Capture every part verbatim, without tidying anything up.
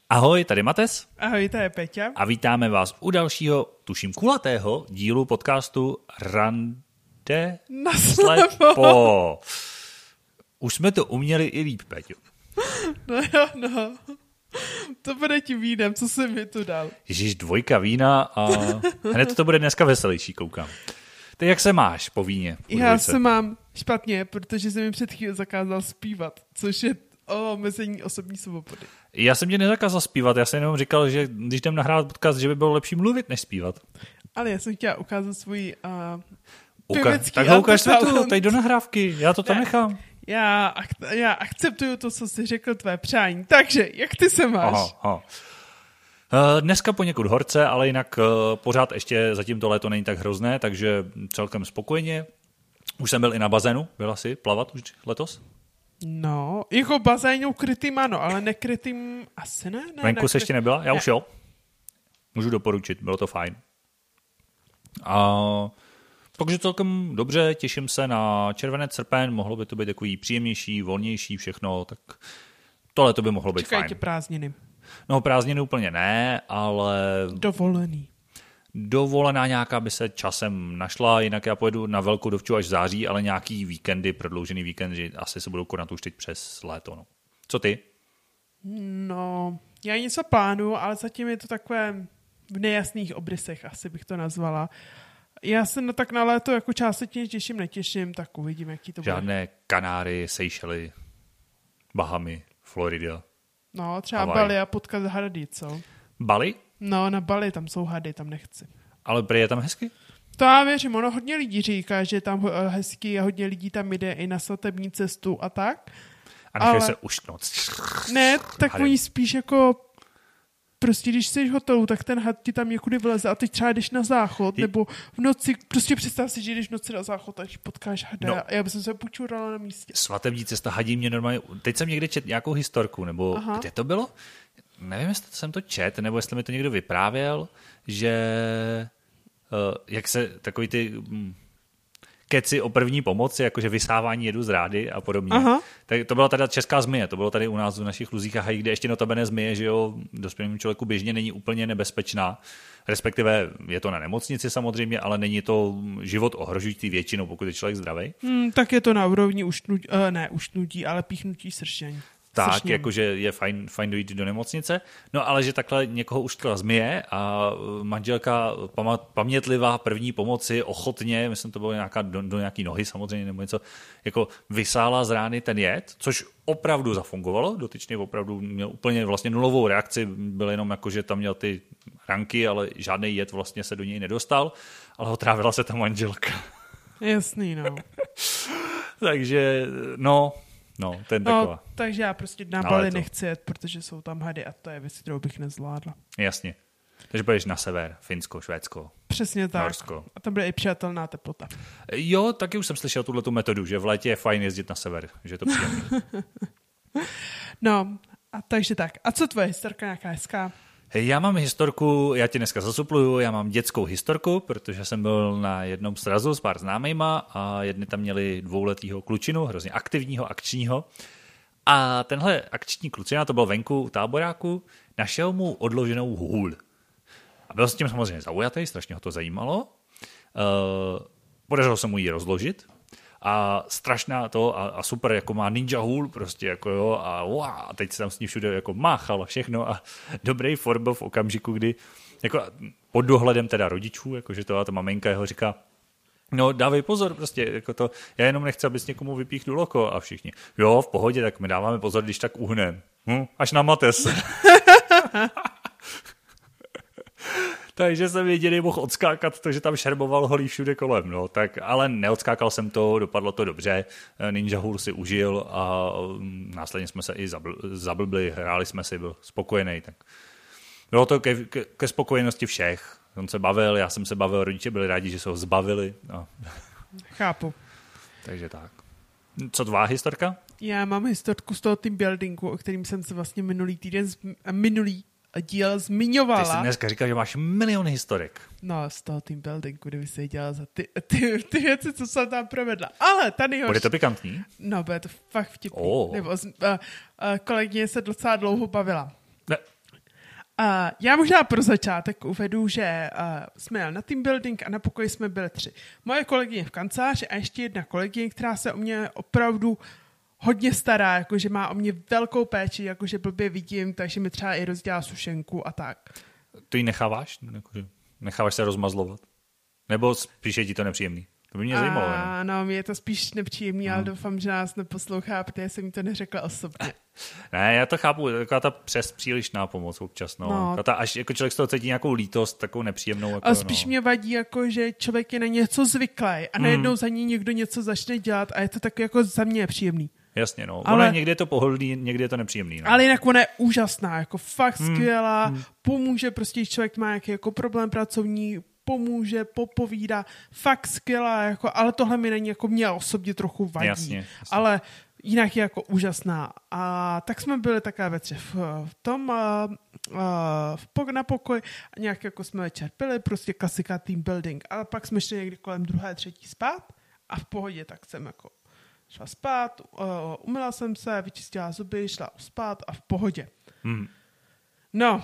Ahoj, tady Mates. Ahoj, tady je Peťa. A vítáme vás u dalšího, tuším kulatého dílu podcastu Rande Slepo. Už jsme to uměli i líp, Peťo. No jo, no. To bude tím vínem, co jsem mi tu dal. Ježíš, dvojka vína a hned to bude dneska veselější, koukám. Ty jak se máš po víně? Po Já se mám špatně, protože jsem mi před chvíli zakázal zpívat, což je o omezení osobní svobody. Já jsem tě nezakázal zpívat, já jsem jenom říkal, že když jdem nahrávat podcast, že by bylo lepší mluvit, než zpívat. Ale já jsem chtěla ukázat svůj uh, Uka- pěvecký Tak ho ukáž talent. tu, tady do nahrávky, já to tam Ne. nechám. Já, ak- já akceptuju to, co jsi řekl, tvé přání. Takže, jak ty se máš? Aha, aha. Uh, dneska poněkud horce, ale jinak uh, pořád ještě zatím to léto není tak hrozné, takže celkem spokojeně. Už jsem byl i na bazénu, byla jsi plavat už letos? No, jako bazénu krytým ano, ale nekrytým asi ne. ne Venku ne, se ještě nebyla? Já ne. už jo. Můžu doporučit, bylo to fajn. A takže celkem dobře, těším se na červenec, srpen, mohlo by to být takový příjemnější, volnější, všechno, tak tohle to by mohlo být Čekají fajn. tě prázdniny. No prázdniny úplně ne, ale Dovolený. dovolená nějaká by se časem našla, jinak já pojedu na velkou dovču až v září, ale nějaký víkendy, prodloužený víkend, že asi se budou konat už teď přes léto. No. Co ty? No, já něco plánuju, ale zatím je to takové v nejasných obrysech, asi bych to nazvala. Já se na tak na léto jako částečně těším, netěším, tak uvidím, jaký to bude. Žádné Kanáry, Seychely, Bahamy, Florida. No, třeba Havaj. Bali a potkat hady, co? Bali? No, na Bali, tam jsou hady, tam nechci. Ale prý je tam hezky? To já věřím, ono hodně lidí říká, že je tam ho- hezký a hodně lidí tam jde i na svatební cestu a tak. A nechají Ale- se ušknout. Ne, tak Hady. oni spíš jako prostě když jsi v hotelu, tak ten had ti tam někudy vleze a teď třeba jdeš na záchod, Je- nebo v noci, prostě představ si, že jdeš v noci na záchod a když potkáš hada No. a já bych se počurala na místě. Svatební cesta hadí mě normálně. Teď jsem někde čet nějakou historku, nebo Aha. kde to bylo? Nevím, jestli jsem to čet, nebo jestli mi to někdo vyprávěl, že uh, jak se takový ty hm, keci o první pomoci, jakože vysávání jedu z rády a podobně. Aha. Tak to byla teda česká zmije, to bylo tady u nás v našich luzích a hají, kde ještě notabene zmije, že jo, dospělému člověku běžně není úplně nebezpečná. Respektive je to na nemocnici samozřejmě, ale není to život ohrožující většinou, pokud je člověk zdravý. Hmm, tak je to na úrovni uštnutí, uh, ne uštnutí, ale píchnutí sršení. Tak, Sršněm. jakože je fajn, fajn dojít do nemocnice. No ale že takhle někoho uštkla zmije a manželka pama- pamětlivá první pomoci, ochotně, myslím, to bylo nějaká do, do nějaký nohy samozřejmě nebo něco, jako vysála z rány ten jed, což opravdu zafungovalo. Dotyčný opravdu měl úplně vlastně nulovou reakci, byl jenom jako, že tam měl ty ranky, ale žádný jed vlastně se do něj nedostal, ale otrávila se ta manželka. Jasný, no. Takže, no, no, ten no taková. takže já prostě na Ale Bali to- nechci jet, protože jsou tam hady a to je věc, kterou bych nezvládla. Jasně. Takže půjdeš na sever, Finsko, Švédsko. Přesně tak. Norsko. A tam bude i přijatelná teplota. Jo, taky už jsem slyšel tuhletu metodu, že v létě je fajn jezdit na sever, že je to příjemný. No, a takže tak. A co tvoje historka nějaká hezká? Hej, já mám historku, já tě dneska zasupluju, já mám dětskou historku, protože jsem byl na jednom srazu s pár známejma a jedni tam měli dvouletýho klučinu, hrozně aktivního, akčního. A tenhle akční klučina, to byl venku u táboráku, našel mu odloženou hůl. A byl s tím samozřejmě zaujatý, strašně ho to zajímalo. Uh, podařilo se mu ji rozložit a strašná to a, a super, jako má ninja hůl prostě, jako jo, a, wow, a teď se tam s ní všude jako máchal a všechno a dobrý for byl v okamžiku, kdy jako pod dohledem teda rodičů, jakože to a ta maminka jeho říká, no dávej pozor, prostě, jako to, já jenom nechci, abys někomu vypíchnul oko a všichni, jo, v pohodě, tak my dáváme pozor, když tak uhnem. Hm, až na Mates. Takže jsem jediný mohl odskákat to, že tam šerboval holí všude kolem, no, tak, ale neodskákal jsem to, dopadlo to dobře, Ninja hůl si užil a následně jsme se i zabl, zablbli, hráli jsme si, byl spokojený, tak bylo to ke, ke, ke spokojenosti všech, on se bavil, já jsem se bavil, rodiče byli rádi, že se ho zbavili, no. Chápu. Takže tak. Co tvá historka? Já mám historku z toho team buildingu, o kterým jsem se vlastně minulý týden, zm- minulý díl zmiňovala. Ty jsi dneska říkal, že máš milion historek. No, z toho team buildingu, kdyby se dělala za ty, ty, ty věci, co jsem tam provedla. Ale tady Bude to pikantní? No, bude to fakt vtipný. Oh. Nebo uh, uh, kolegyně se docela dlouho bavila. Ne. Uh, já možná pro začátek uvedu, že uh, jsme jeli na team building a na pokoji jsme byli tři. Moje kolegyně v kanceláři a ještě jedna kolegyně, která se o mě opravdu hodně stará, jakože má o mě velkou péči, jakože blbě vidím, takže mi třeba i rozdělá sušenku a tak. To ji necháváš? Jakože necháváš se rozmazlovat? Nebo spíš je ti to nepříjemný? To by mě zajímalo. Ano, mě je to spíš nepříjemný, hmm. ale doufám, že nás neposlouchá, protože jsem mi to neřekla osobně. Ne, já to chápu, taková ta přes přílišná pomoc občas, no. no. Ta, až jako člověk z toho cítí nějakou lítost, takovou nepříjemnou. Jako, a spíš no. mě vadí, jako, že člověk je na něco zvyklý a najednou hmm. za ní někdo něco začne dělat a je to tak jako za mě nepříjemný. Jasně, no. Ale, ono někdy je to pohodlný, někdy je to nepříjemný. No. Ale jinak ona je úžasná, jako fakt hmm. skvělá, hmm. pomůže, prostě člověk má nějaký jako problém pracovní, pomůže, popovídá, fakt skvělá, jako, ale tohle mi není jako mě osobně trochu vadí. Jasně, jasně. Ale jinak je jako úžasná. A tak jsme byli také ve tři v, v tom a, a, v, na pokoj a nějak jako jsme večer pili, prostě klasika team building. Ale pak jsme šli někdy kolem druhé, třetí spát a v pohodě tak jsem jako šla spát, uh, umyla jsem se, vyčistila zuby, šla spát a v pohodě. Hmm. No.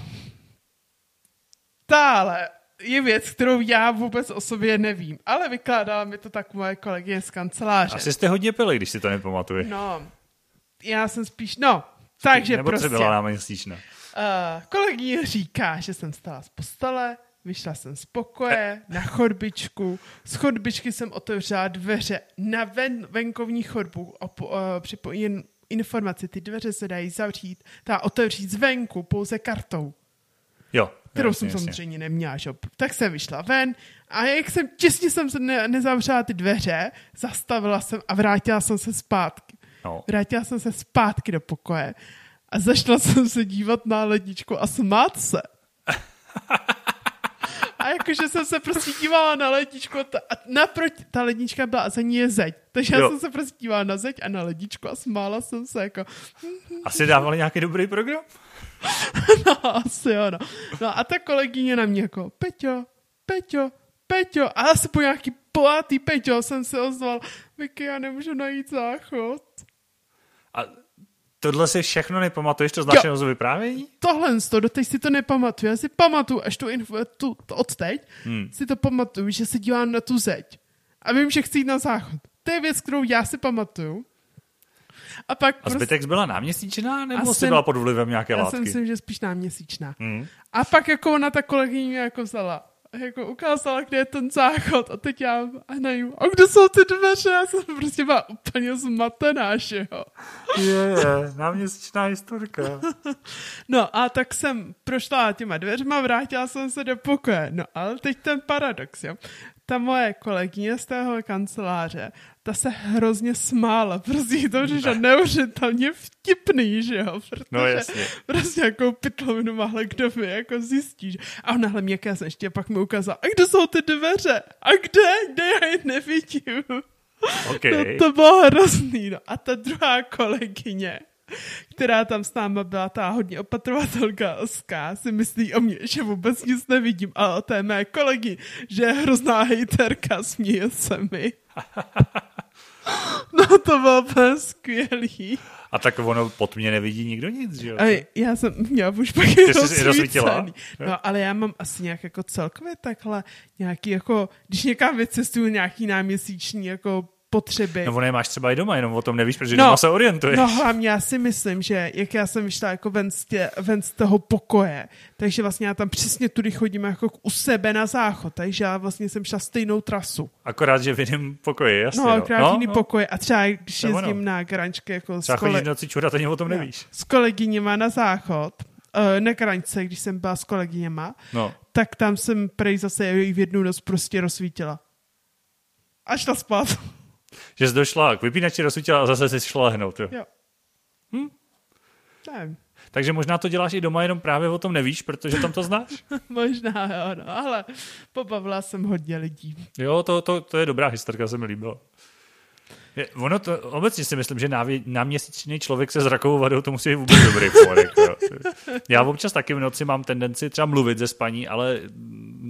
Tále je věc, kterou já vůbec o sobě nevím, ale vykládala mi to tak moje kolegyně z kanceláře. Asi jste hodně pili, když si to nepamatuješ. No, já jsem spíš, no, takže Nebo prostě. Nebo byla náměsíčná. Uh, kolegyně říká, že jsem stala z postele, vyšla jsem z pokoje na chodbičku, z chodbičky jsem otevřela dveře na ven, venkovní chodbu, op, uh, připojím informaci, ty dveře se dají zavřít, ta otevřít zvenku pouze kartou. Jo. Kterou jasně, jsem jasně. samozřejmě neměla. Že? Tak jsem vyšla ven a jak jsem těsně jsem se ne, nezavřela ty dveře, zastavila jsem a vrátila jsem se zpátky. No. Vrátila jsem se zpátky do pokoje a začala jsem se dívat na ledničku a smát se. A jakože jsem se prostě dívala na ledničku a naproti, ta lednička byla a za ní je zeď. Takže jo. Já jsem se prostě dívala na zeď a na ledničku a smála jsem se jako... Asi dávali nějaký dobrý program? No, asi jo, no. No a ta kolegyně na mě jako, Peťo, Peťo, Peťo. A asi po nějaký pátý Peťo jsem se ozval, Vicky, já nemůžu najít záchod. A tohle si všechno nepamatuješ, to z našeho vyprávění? Tohle z toho, doteď si to nepamatuju. Já si pamatuju, až tu, info, tu to odteď, hmm. si to pamatuju, že se dívám na tu zeď. A vím, že chci jít na záchod. To je věc, kterou já si pamatuju. A, pak a zbytek prostě... byla náměsíčná, nebo jsi jsem... byla pod vlivem nějaké já látky? Já si myslím, že spíš náměsíčná. Hmm. A pak jako ona ta kolegyně jako vzala, jako ukázala, kde je ten záchod a teď já a najím, a kde jsou ty dveře? Já jsem prostě byla úplně zmatená, že jo. Je, je, náměsíčná historka. No a tak jsem prošla těma dveřma, vrátila jsem se do pokoje. No ale teď ten paradox, jo. Ta moje kolegyně z tého kanceláře, ta se hrozně smála, prostě to, že je neuvěřitelně vtipný, že jo, protože no, jasně. prostě jako pytlovinu mahle kdo mi jako zjistí, že? A ona hle mě se ještě pak mi ukázala, a kde jsou ty dveře? A kde? Kde já je nevidím? Okay. No, to bylo hrozný, no. A ta druhá kolegyně, která tam s náma byla, ta hodně opatrovatelka Oska, si myslí o mě, že vůbec nic nevidím, ale o té mé kolegy, že je hrozná hejterka, směje se mi. No to bylo úplně skvělý. A tak ono pod mě nevidí nikdo nic, že jo? A já jsem měla už pak rozsvítěla. No ale já mám asi nějak jako celkově takhle nějaký jako, když někam vycestuju nějaký náměsíční jako potřeby. No ono je máš třeba i doma, jenom o tom nevíš, protože no, doma se orientuješ. No hlavně já si myslím, že jak já jsem vyšla jako ven z, tě, ven z toho pokoje, takže vlastně já tam přesně tudy chodím jako u sebe na záchod, takže já vlastně jsem šla stejnou trasu. Akorát, že v jiném pokoji, jasně. No, akorát no, v jiný no. pokoje a třeba když jezdím ono. Na grančky jako třeba s kole... chodíš noci čurat, ani o tom nevíš. No, s kolegyněma na záchod, uh, na grančce, když jsem byla s kolegyněma, no. tak tam jsem prej zase v jednu noc prostě rozsvítila. A šla spát. Že jsi došla k vypínači, rozsvítila a zase jsi šla lehnout, jo? Jo. Hm? Nevím. Takže možná to děláš i doma, jenom právě o tom nevíš, protože tam to znáš? Možná, jo, no, ale pobavila jsem hodně lidí. Jo, to, to, to je dobrá historka, se mi líbilo. Je, ono to, obecně si myslím, že návě, náměsíčný člověk se zrakovou vadou, to musí být vůbec dobrý porek. Jo. Já občas taky v noci mám tendenci třeba mluvit ze spaní, ale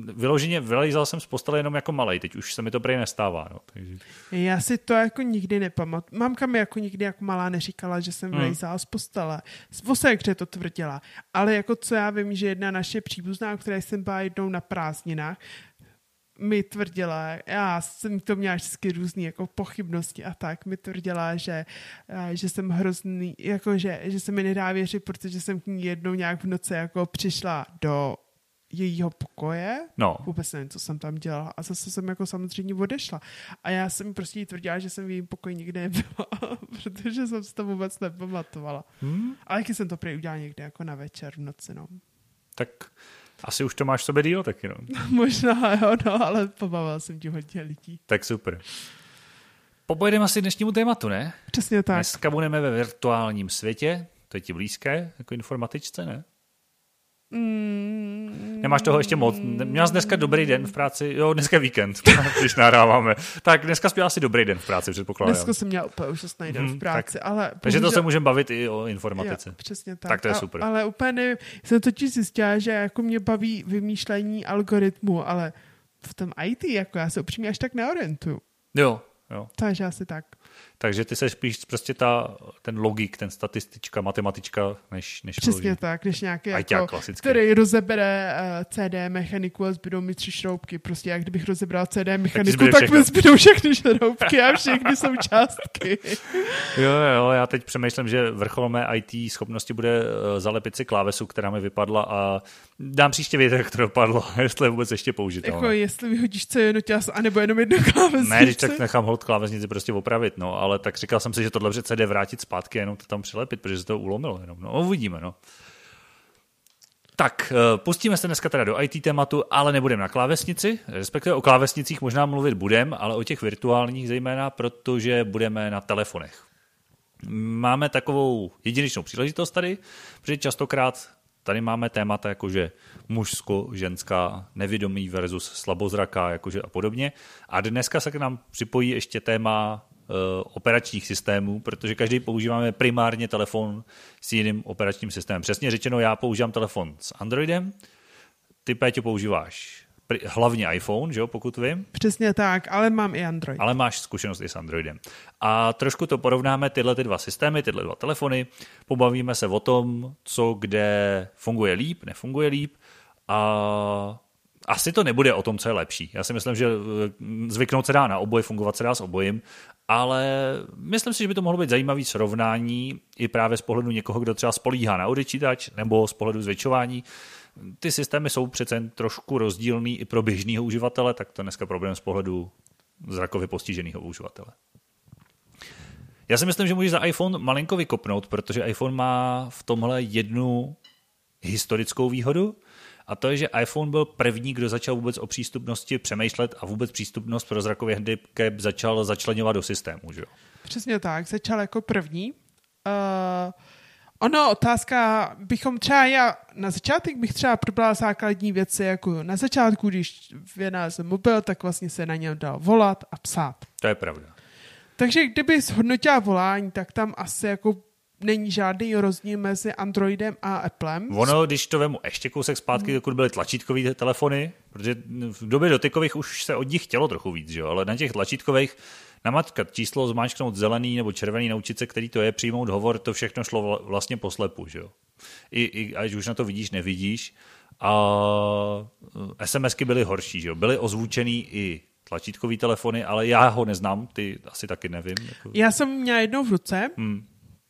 vyloženě vylejzal jsem z postele jenom jako malej, teď už se mi to prej nestává. No, takže... Já si to jako nikdy nepamatuju. Mamka mi jako nikdy jako malá neříkala, že jsem vylejzala hmm. z postele. V osekře to tvrdila. Ale jako co já vím, že jedna naše příbuzná, která jsem byla jednou na prázdninách, mi tvrdila, já jsem to měla vždycky různý jako pochybnosti a tak, mi tvrdila, že, že jsem hrozný, jako že, že se mi nedá věřit, protože jsem k ní jednou nějak v noci jako přišla do jejího pokoje. No. Vůbec nevím, co jsem tam dělala. A zase jsem jako samozřejmě odešla. A já jsem prostě jí tvrdila, že jsem v jejím pokoji nikdy nebyla, protože jsem si to vůbec nepamatovala. Hmm? Ale taky jsem to prý udělala někde jako na večer v noci, no. Tak asi už to máš v sobě díl taky, no. Možná, jo, no, ale pobavila jsem ti hodně lidí. Tak super. Popojedeme asi dnešnímu tématu, ne? Přesně tak. Dneska budeme ve virtuálním světě, to je ti blízké, jako informatičce, ne? Mm, Nemáš toho ještě moc. Měla jsi dneska dobrý den v práci? Jo, dneska je víkend, když nahráváme. Tak dneska jsi měla asi dobrý den v práci, předpokládám. Dneska jsem měla úplně úžasný den v práci, tak, ale... Takže to se můžeme bavit i o informatice. Jo, přesně tak. Tak to je a, super. Ale úplně nevím, jsem totiž zjistila, že jako mě baví vymýšlení algoritmu, ale v tom í té jako já se upřímně až tak neorientuju. Jo, jo. Takže asi tak. Takže ty seš spíš prostě ta, ten logik, ten statistička, matematička, než, než přesně vloží. Tak, než nějaký Ajťák jako, klasický. který rozebere uh, C D mechaniku a zbydou mi tři šroubky. Prostě jak kdybych rozebral C D mechaniku, tak, tak mi zbydou všechny šroubky a všechny součástky. Jo, jo, já teď přemýšlím, že vrchol mé í té schopnosti bude uh, zalepit si klávesu, která mi vypadla a dám příště vědět, jak to dopadlo, jestli je vůbec ještě použitelné. Jako jestli vyhodíš co jednoťas, anebo jenom jednu klávesnici. Ne, když tak nechám hold klávesnici prostě opravit, no, ale tak říkal jsem si, že tohle přece jde vrátit zpátky, jenom to tam přilepit, protože se to ulomilo jenom. No, uvidíme, no. Tak, pustíme se dneska teda do í té tématu, ale nebudeme na klávesnici, respektive o klávesnicích možná mluvit budeme, ale o těch virtuálních zejména, protože budeme na telefonech. Máme takovou jedinečnou příležitost tady, protože častokrát tady máme témata jakože mužsko, ženská, nevědomý versus slabozraká jakože a podobně. A dneska se k nám připojí ještě téma operačních systémů, protože každý používáme primárně telefon s jiným operačním systémem. Přesně řečeno, já používám telefon s Androidem, ty, Péťo, používáš hlavně iPhone, že jo, pokud vím. Přesně tak, ale mám i Android. Ale máš zkušenost i s Androidem. A trošku to porovnáme, tyhle ty dva systémy, tyhle dva telefony, pobavíme se o tom, co kde funguje líp, nefunguje líp a asi to nebude o tom, co je lepší. Já si myslím, že zvyknout se dá na oboje, fungovat se dá s obojím, ale myslím si, že by to mohlo být zajímavý srovnání i právě z pohledu někoho, kdo třeba spolíhá na odečítač nebo z pohledu zvětšování. Ty systémy jsou přece trošku rozdílný i pro běžného uživatele, tak to dneska problém z pohledu zrakově postiženého uživatele. Já si myslím, že můžeš za iPhone malinko vykopnout, protože iPhone má v tomhle jednu historickou výhodu, a to je, že iPhone byl první, kdo začal vůbec o přístupnosti přemýšlet a vůbec přístupnost pro zrakový handicap začal začleňovat do systému. Že jo? Přesně tak, začal jako první. Uh, ono, otázka, bychom třeba, já na začátek bych třeba probrala základní věci, jako na začátku, když vynalezl mobil, tak vlastně se na něm dal volat a psát. To je pravda. Takže kdyby zhodnotila volání, tak tam asi jako není žádný rozdíl mezi Androidem a Applem. Ono, když to vemu ještě kousek zpátky, dokud byly tlačítkové telefony, protože v době dotykových už se od nich chtělo trochu víc, že jo? Ale na těch tlačítkových namatkat číslo, zmáčknout zelený nebo červený, naučit se, který to je, přijmout hovor, to všechno šlo vlastně poslepu, že jo? I, i až už na to vidíš, nevidíš. A SMSky byly horší, že jo? Byly ozvučený i tlačítkový telefony, ale já ho neznám, ty asi taky nevím. Jako... Já jsem měla jednou v ruce. Hmm.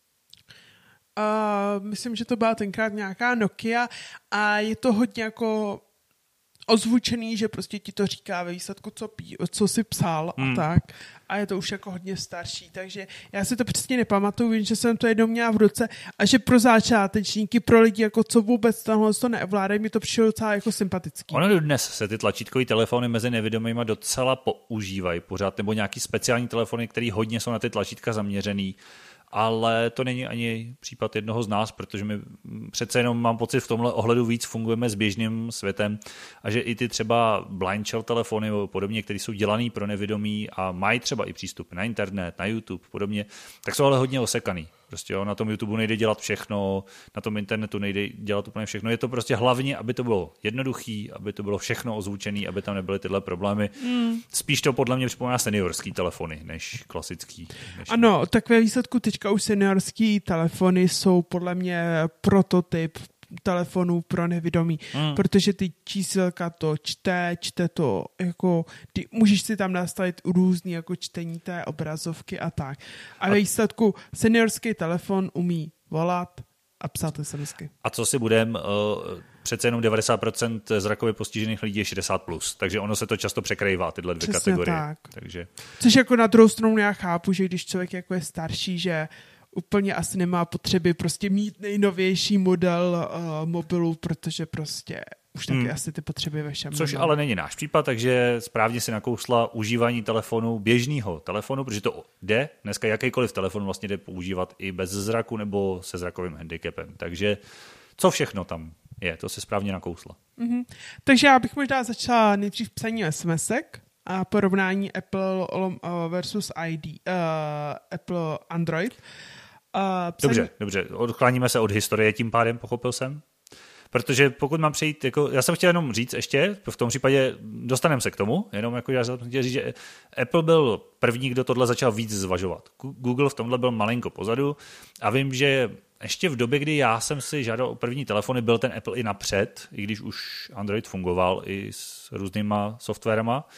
Uh, myslím, že to byla tenkrát nějaká Nokia a je to hodně jako ozvučený, že prostě ti to říká ve výsledku, co, pí, co jsi psal hmm. a tak. A je to už jako hodně starší, takže já si to přesně nepamatuju, vím, že jsem to jednou měla v ruce a že pro začátečníky, pro lidi, jako co vůbec tohle to neovládají, mi to přišlo docela jako sympatický. Ono dnes se ty tlačítkové telefony mezi nevědomými docela používají pořád, nebo nějaký speciální telefony, které hodně jsou na ty tlačítka zaměřený. Ale to není ani případ jednoho z nás, protože my přece jenom mám pocit v tomhle ohledu víc fungujeme s běžným světem a že i ty třeba blind shell telefony nebo podobně, které jsou dělaný pro nevědomí a mají třeba i přístup na internet, na YouTube podobně, tak jsou ale hodně osekaný. Prostě jo, na tom YouTube nejde dělat všechno, na tom internetu nejde dělat úplně všechno. Je to prostě hlavně, aby to bylo jednoduchý, aby to bylo všechno ozvučený, aby tam nebyly tyhle problémy. Mm. Spíš to podle mě připomíná seniorský telefony, než klasický. Než... Ano, takové výsledku teďka už seniorský telefony jsou podle mě prototyp telefonů pro nevědomí, hmm. protože ty číselka to čte, čte to jako, ty, můžeš si tam nastavit různý jako čtení té obrazovky a tak. A ve výsledku seniorský telefon umí volat a psát SMSky. A co si budem, uh, přece jenom devadesát procent zrakově postižených lidí je šedesát plus, takže ono se to často překrývá, tyhle dvě Přesně kategorie. Tak. Takže... Což jako na druhou stranu já chápu, že když člověk jako je starší, že úplně asi nemá potřeby prostě mít nejnovější model uh, mobilu, protože prostě už taky hmm. asi ty potřeby ve všem. Což nemá. ale není náš případ, takže správně si nakousla užívání telefonu, běžného telefonu, protože to jde, dneska jakýkoliv telefon vlastně jde používat i bez zraku nebo se zrakovým handicapem. Takže co všechno tam je, to si správně nakousla. Mm-hmm. Takže já bych možná začala nejdřív psaní SMSek a porovnání Apple versus I D, uh, Apple Android. Uh, psaní... Dobře, dobře, odkláníme se od historie tím pádem, pochopil jsem. Protože pokud mám přejít, jako, já jsem chtěl jenom říct ještě, v tom případě dostaneme se k tomu, jenom jako já jsem chtěl říct, že Apple byl první, kdo tohle začal víc zvažovat. Google v tomhle byl malinko pozadu a vím, že ještě v době, kdy já jsem si žádal o první telefony, byl ten Apple i napřed, i když už Android fungoval i s různýma softwarama.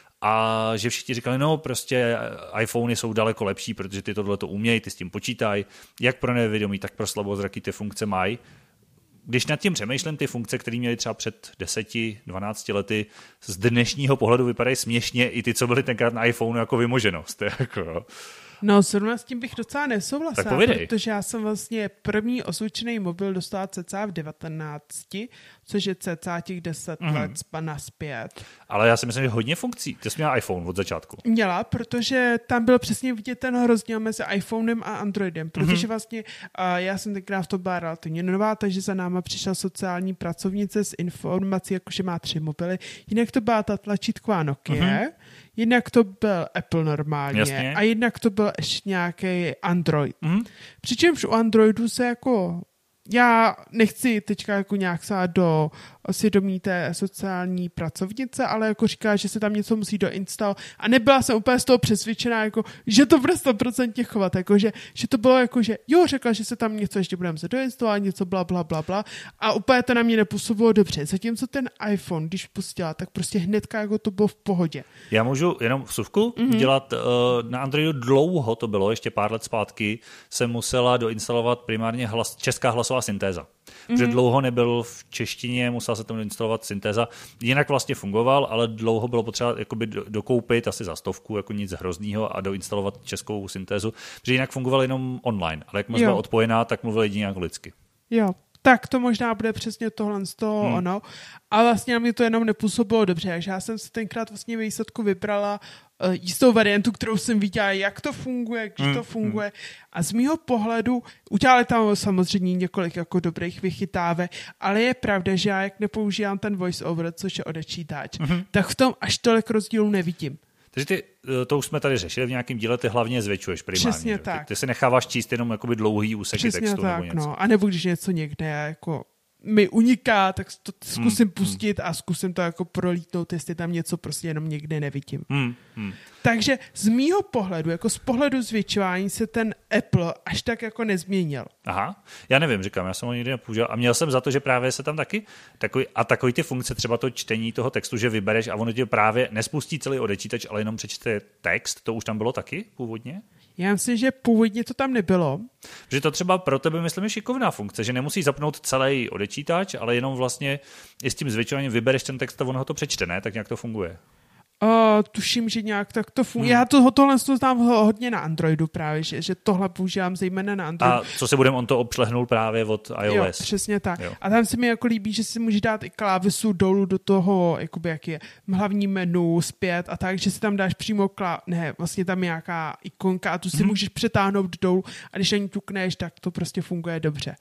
A že všichni říkali, no prostě iPhony jsou daleko lepší, protože ty tohle to umějí, ty s tím počítají, jak pro nevědomí, tak pro slabozraky ty funkce mají. Když nad tím přemýšlím, ty funkce, které měly třeba před deseti, dvanácti lety, z dnešního pohledu vypadají směšně, i ty, co byly tenkrát na iPhoneu jako vymoženost. Jako, jo. No, zrovna s tím bych docela nesouhlasila, tak protože já jsem vlastně první osvědčený mobil dostala cca v devatenácti, což je cca těch deset mm. let naspět. Ale já si myslím, že hodně funkcí. Ty jsi měla iPhone od začátku. Měla, protože tam byl přesně vidět ten rozdíl mezi iPhonem a Androidem, protože mm. vlastně uh, já jsem tenkrát v tom byla relativně nová, takže za náma přišla sociální pracovnice s informací, jakože má tři mobily. Jinak to byla ta tlačítková Nokia, mm. Jednak to byl Apple normálně Jasně. a jednak to byl ještě nějaký Android. Mm. Přičemž u Androidu se jako, já nechci teďka jako nějak sát do svědomí té sociální pracovnice, ale jako říká, že se tam něco musí doinstalovat a nebyla jsem úplně z toho přesvědčená, jako, že to bude sto procent chovat, jako, že, že to bylo jako, že jo, řekla, že se tam něco ještě budeme se doinstalovat, něco bla, bla, bla, bla a úplně to na mě nepůsobilo dobře. Zatímco ten iPhone, když pustila, tak prostě hnedka jako to bylo v pohodě. Já můžu jenom vsuvku mm-hmm. dělat, uh, na Androidu dlouho to bylo, ještě pár let zpátky, jsem musela doinstalovat primárně hlas, česká hlasová syntéza. Mm-hmm. Protože dlouho nebyl v češtině, musela se tam doinstalovat syntéza. Jinak vlastně fungoval, ale dlouho bylo potřeba jakoby dokoupit asi za stovku, jako nic hroznýho a doinstalovat českou syntézu. Protože jinak fungoval jenom online, ale jak byla odpojená, tak mluvil jedině anglicky. Jo. Tak to možná bude přesně tohle z toho hmm. ono. A vlastně na mě to jenom nepůsobilo dobře. Takže já jsem si tenkrát vlastně ve výsledku vybrala uh, jistou variantu, kterou jsem viděla, jak to funguje, když hmm. to funguje. Hmm. A z mýho pohledu, udělali tam samozřejmě několik jako dobrých vychytávek, ale je pravda, že já jak nepoužívám ten voice over, což je odečítač, hmm. tak v tom až tolik rozdílů nevidím. Takže ty, to už jsme tady řešili v nějakém díle, ty hlavně zvětšuješ primárně. Přesně tak. Ty, ty si necháváš číst jenom jakoby dlouhý úseky Přesně textu tak, nebo něco. No. A nebo když něco někde jako mi uniká, tak to zkusím hmm, pustit hmm. a zkusím to jako prolítnout, jestli tam něco prostě jenom někde nevidím. Hmm, hmm. Takže z mýho pohledu, jako z pohledu zvětšování se ten Apple až tak jako nezměnil. Aha, já nevím, říkám, já jsem ho nikdy nepoužil a měl jsem za to, že právě se tam taky takový, a takový ty funkce, třeba to čtení toho textu, že vybereš a ono tě právě nespustí celý odečítač, ale jenom přečte text, to už tam bylo taky původně? Já myslím, že původně to tam nebylo. Že to třeba pro tebe, myslím, je šikovná funkce, že nemusí zapnout celý odečítač, ale jenom vlastně i s tím zvětšováním vybereš ten text a ono ho to přečte, ne? Tak nějak to funguje. Uh, tuším, že nějak tak to funguje. Hmm. Já to, tohle to znám hodně na Androidu právě, že, že tohle používám zejména na Androidu. A co se budeme, on to obšlehnul právě od iOS. Jo, přesně tak. Jo. A tam se mi jako líbí, že si můžeš dát i klávesu dolů do toho, jakoby jak je hlavní menu, zpět a tak, že si tam dáš přímo klá... ne, vlastně tam nějaká ikonka a tu si hmm. můžeš přetáhnout dolů a když ani ťukneš, tak to prostě funguje dobře.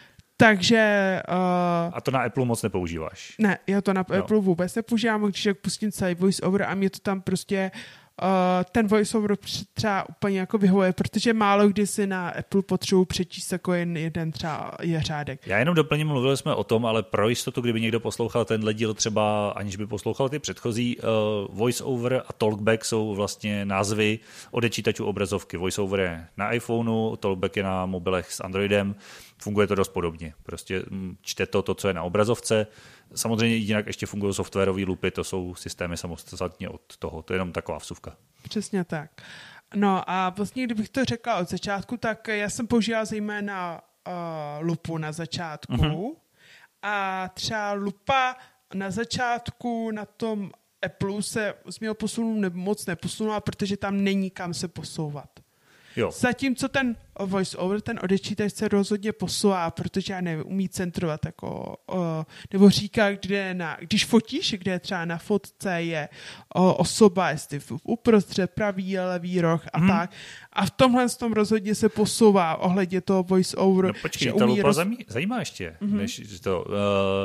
Takže... Uh, a to na Apple moc nepoužíváš? Ne, já to na jo. Apple vůbec nepoužívám, když jak pustím celý voice over a mě to tam prostě ten voiceover třeba úplně jako vyhovuje, protože málo kdy si na Apple potřebuji přečíst jako jen jeden třeba je řádek. Já jenom doplním, mluvili jsme o tom, ale pro jistotu, kdyby někdo poslouchal tenhle díl třeba, aniž by poslouchal ty předchozí, uh, voiceover a talkback jsou vlastně názvy odečítačů obrazovky. Voiceover je na iPhoneu, talkback je na mobilech s Androidem, funguje to dost podobně. Prostě čte to, to, co je na obrazovce. Samozřejmě jinak ještě fungují softwarové loopy, to jsou systémy samostatně od toho. To je jenom taková vsuvka. Přesně tak. No a vlastně, kdybych to řekla od začátku, tak já jsem používala zejména uh, lupu na začátku mm-hmm. a třeba lupa na začátku na tom Apple se z mého posunu ne, moc neposunula, protože tam není kam se posouvat. Jo. Zatímco ten voice-over, ten odečítač se rozhodně posouvá, protože já nevím, umí centrovat, jako, o, nebo říká, kde na, když fotíš, kde třeba na fotce je o, osoba, jestli uprostřed, pravý, levý roh a hmm. tak. A v tomhle tom rozhodně se posouvá ohledně toho voice-over. No počkej, ta lupa roz... zajímá ještě, mm-hmm. než to... Uh...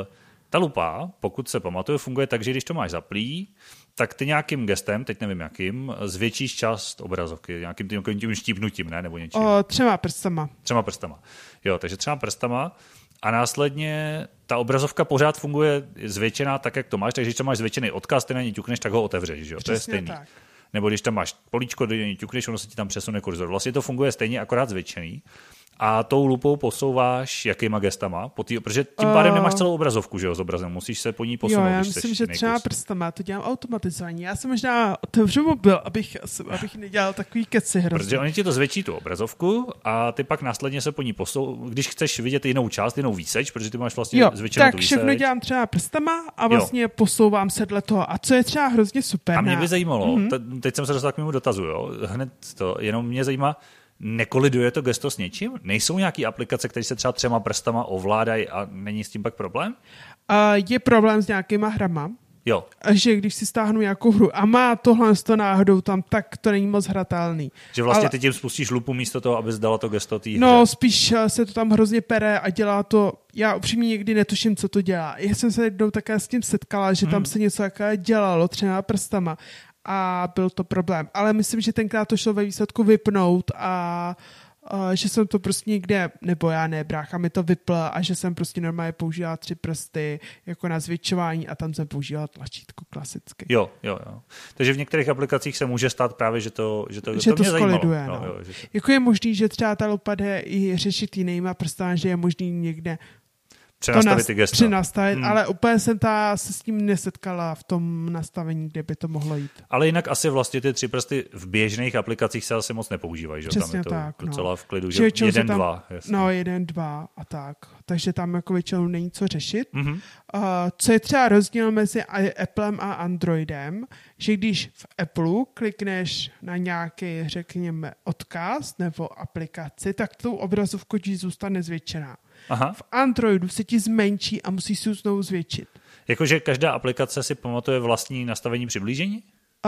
Ta lupa, pokud se pamatuje, funguje tak, že když to máš zaplý, tak ty nějakým gestem, teď nevím jakým, zvětšíš část obrazovky, nějakým tím, tím štípnutím, ne? Nebo něčím. O, třema prstama. Třema prstama. Jo, takže třema prstama a následně ta obrazovka pořád funguje zvětšená tak, jak to máš, takže když tam máš zvětšený odkaz, ty na ní ťukneš, tak ho otevřeš, jo? To je stejný. Tak. Nebo když tam máš políčko, do něj ťukneš, ono se ti tam přesune kurzor. Vlastně to funguje stejně, akorát zvětšený. A tou lupou posouváš jakýma gestama? Po tý, protože tím pádem nemáš celou obrazovku, že jo, s obrazem. Musíš se po ní posunout. Jo, já myslím, že třeba prstama to dělám automatizovaně. Já jsem možná otevřu mobil, abych, abych nedělal takový keci hrozný. Protože oni ti to zvětší tu obrazovku a ty pak následně se po ní posou. Když chceš vidět jinou část, jinou výseč, protože ty máš vlastně zvětšenou tu výseč. Tak všechno dělám třeba prstama a vlastně jo. posouvám se dle toho. A co je třeba hrozně super. A mě by zajímalo, mm-hmm. teď jsem se dostal k mému dotazu, jo, hned to, jenom mě zajímá, nekoliduje to gesto s něčím? Nejsou nějaké aplikace, které se třeba třema prstama ovládají a není s tím pak problém? Uh, je problém s nějakýma hrama. Jo. Že když si stáhnu nějakou hru a má tohle s to náhodou tam, tak to není moc hratelný. Že vlastně ale... ty tím spustíš lupu místo toho, aby zdala to gesto té hře. No, spíš se to tam hrozně pere a dělá to, já upřímně někdy netuším, co to dělá. Já jsem se jednou také s tím setkala, že hmm. tam se něco také dělalo třema prstama. A byl to problém. Ale myslím, že tenkrát to šlo ve výsledku vypnout a, a že jsem to prostě někde, nebo já ne, brácha mi to vypl a že jsem prostě normálně používala tři prsty jako na zvětšování a tam jsem používala tlačítko klasicky. Jo, jo, jo. Takže v některých aplikacích se může stát právě, že to, že to, že to, to mě skoliduje. zajímalo. No. No, jo, že to... Jako je možný, že třeba ta lupa jde i řešit jinýma prstama, že je možný někde přenastavit ty gesta. Přenastavit, hmm. ale úplně jsem ta se s tím nesetkala v tom nastavení, kde by to mohlo jít. Ale jinak asi vlastně ty tři prsty v běžných aplikacích se asi moc nepoužívají, že? Přesně tam je to tak, docela no. v klidu, že jeden, tam, dva. Jasný. No, jeden, dva a tak. Takže tam jako většinou není co řešit. Mm-hmm. Uh, co je třeba rozdíl mezi Applem a Androidem, že když v Apple klikneš na nějaký, řekněme, odkaz nebo aplikaci, tak tou obrazovku ti zůstane zvětšená. Aha. V Androidu se ti zmenší a musíš si ji znovu zvětšit. Jakože každá aplikace si pamatuje vlastní nastavení přiblížení?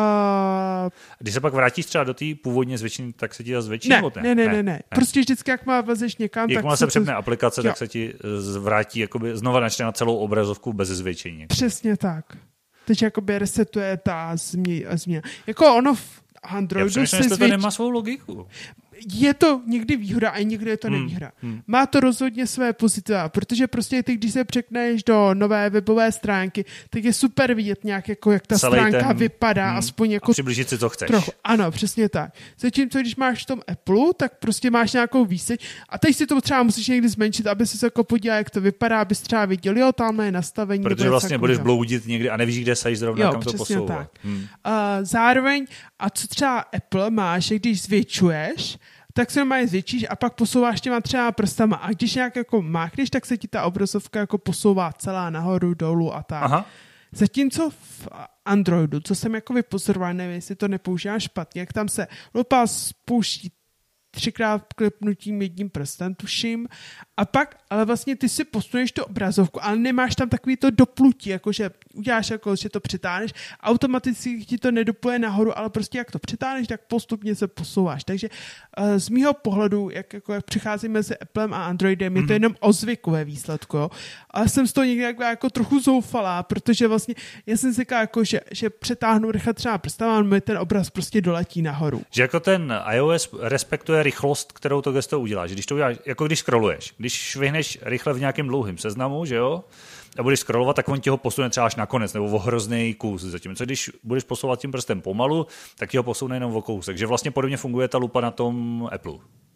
Uh, Když se pak vrátíš třeba do té původně zvětšení, tak se ti to zvětší? Ne, ne, ne, ne, ne, ne. Prostě vždycky, jak má vlezeš někam, jak tak... Jak se přepne to... aplikace, jo. tak se ti vrátí, jakoby znova načne na celou obrazovku bez zvětšení. Přesně tak. Takže jakoby resetuje ta změna. Jako ono v Androidu se zvětší... to nemá svou logiku. Je to někdy výhoda a někdy je to hmm. nevýhoda. Hmm. Má to rozhodně své pozitiva, protože prostě ty, když se překneš do nové webové stránky, tak je super vidět nějak, jako, jak ta celý stránka ten, vypadá, hmm. aspoň jako... A přiblížit si, co chceš. Trochu. Ano, přesně tak. Zatímco, když máš v tom Apple, tak prostě máš nějakou výseč a teď si to třeba musíš někdy zmenšit, aby si se jako podíval, jak to vypadá, abys třeba viděl, jo, tamhle je nastavení. Protože vlastně budeš bloudit někdy a nevíš, kde seš zrovna, jo, kam to posouvat. Hmm. Uh, zároveň, a co třeba Apple má, že když zvětšuješ, tak se normálně zvětšíš a pak posouváš těma třeba prstama. A když nějak jako máchneš, tak se ti ta obrazovka jako posouvá celá nahoru, dolů a tak. Aha. Zatímco v Androidu, co jsem jako vypozoroval, nevím, jestli to nepoužívám špatně, jak tam se lupa spouští třikrát klepnutím jedním prstem, tuším, A pak, ale vlastně ty si posuneš tu obrazovku, ale nemáš tam takový to doplutí, jakože uděláš, jako, že to přitáhneš, automaticky ti to nedopluje nahoru, ale prostě jak to přitáhneš, tak postupně se posouváš. Takže uh, z mýho pohledu, jak, jako, jak přicházíme mezi Applem a Androidem, mm-hmm. je to jenom o zvyku ve výsledku. Jo? Ale jsem z toho někdy jako, jako trochu zoufalá, protože vlastně já jsem si říkala, jako, že, že přetáhnu rychle třeba prstama, mi ten obraz prostě doletí nahoru. Že jako ten iOS respektuje rychlost, kterou to gesto udělá. Že když to uděláš, jako když scrolluješ, když švihneš rychle v nějakém dlouhém seznamu, že jo, a budeš scrollovat, tak on ti ho posune třeba až nakonec, nebo o hrozný kus. Zatímco když budeš posouvat tím prstem pomalu, tak ti ho posune jenom o kousek. Takže vlastně podobně funguje ta lupa na tom Apple.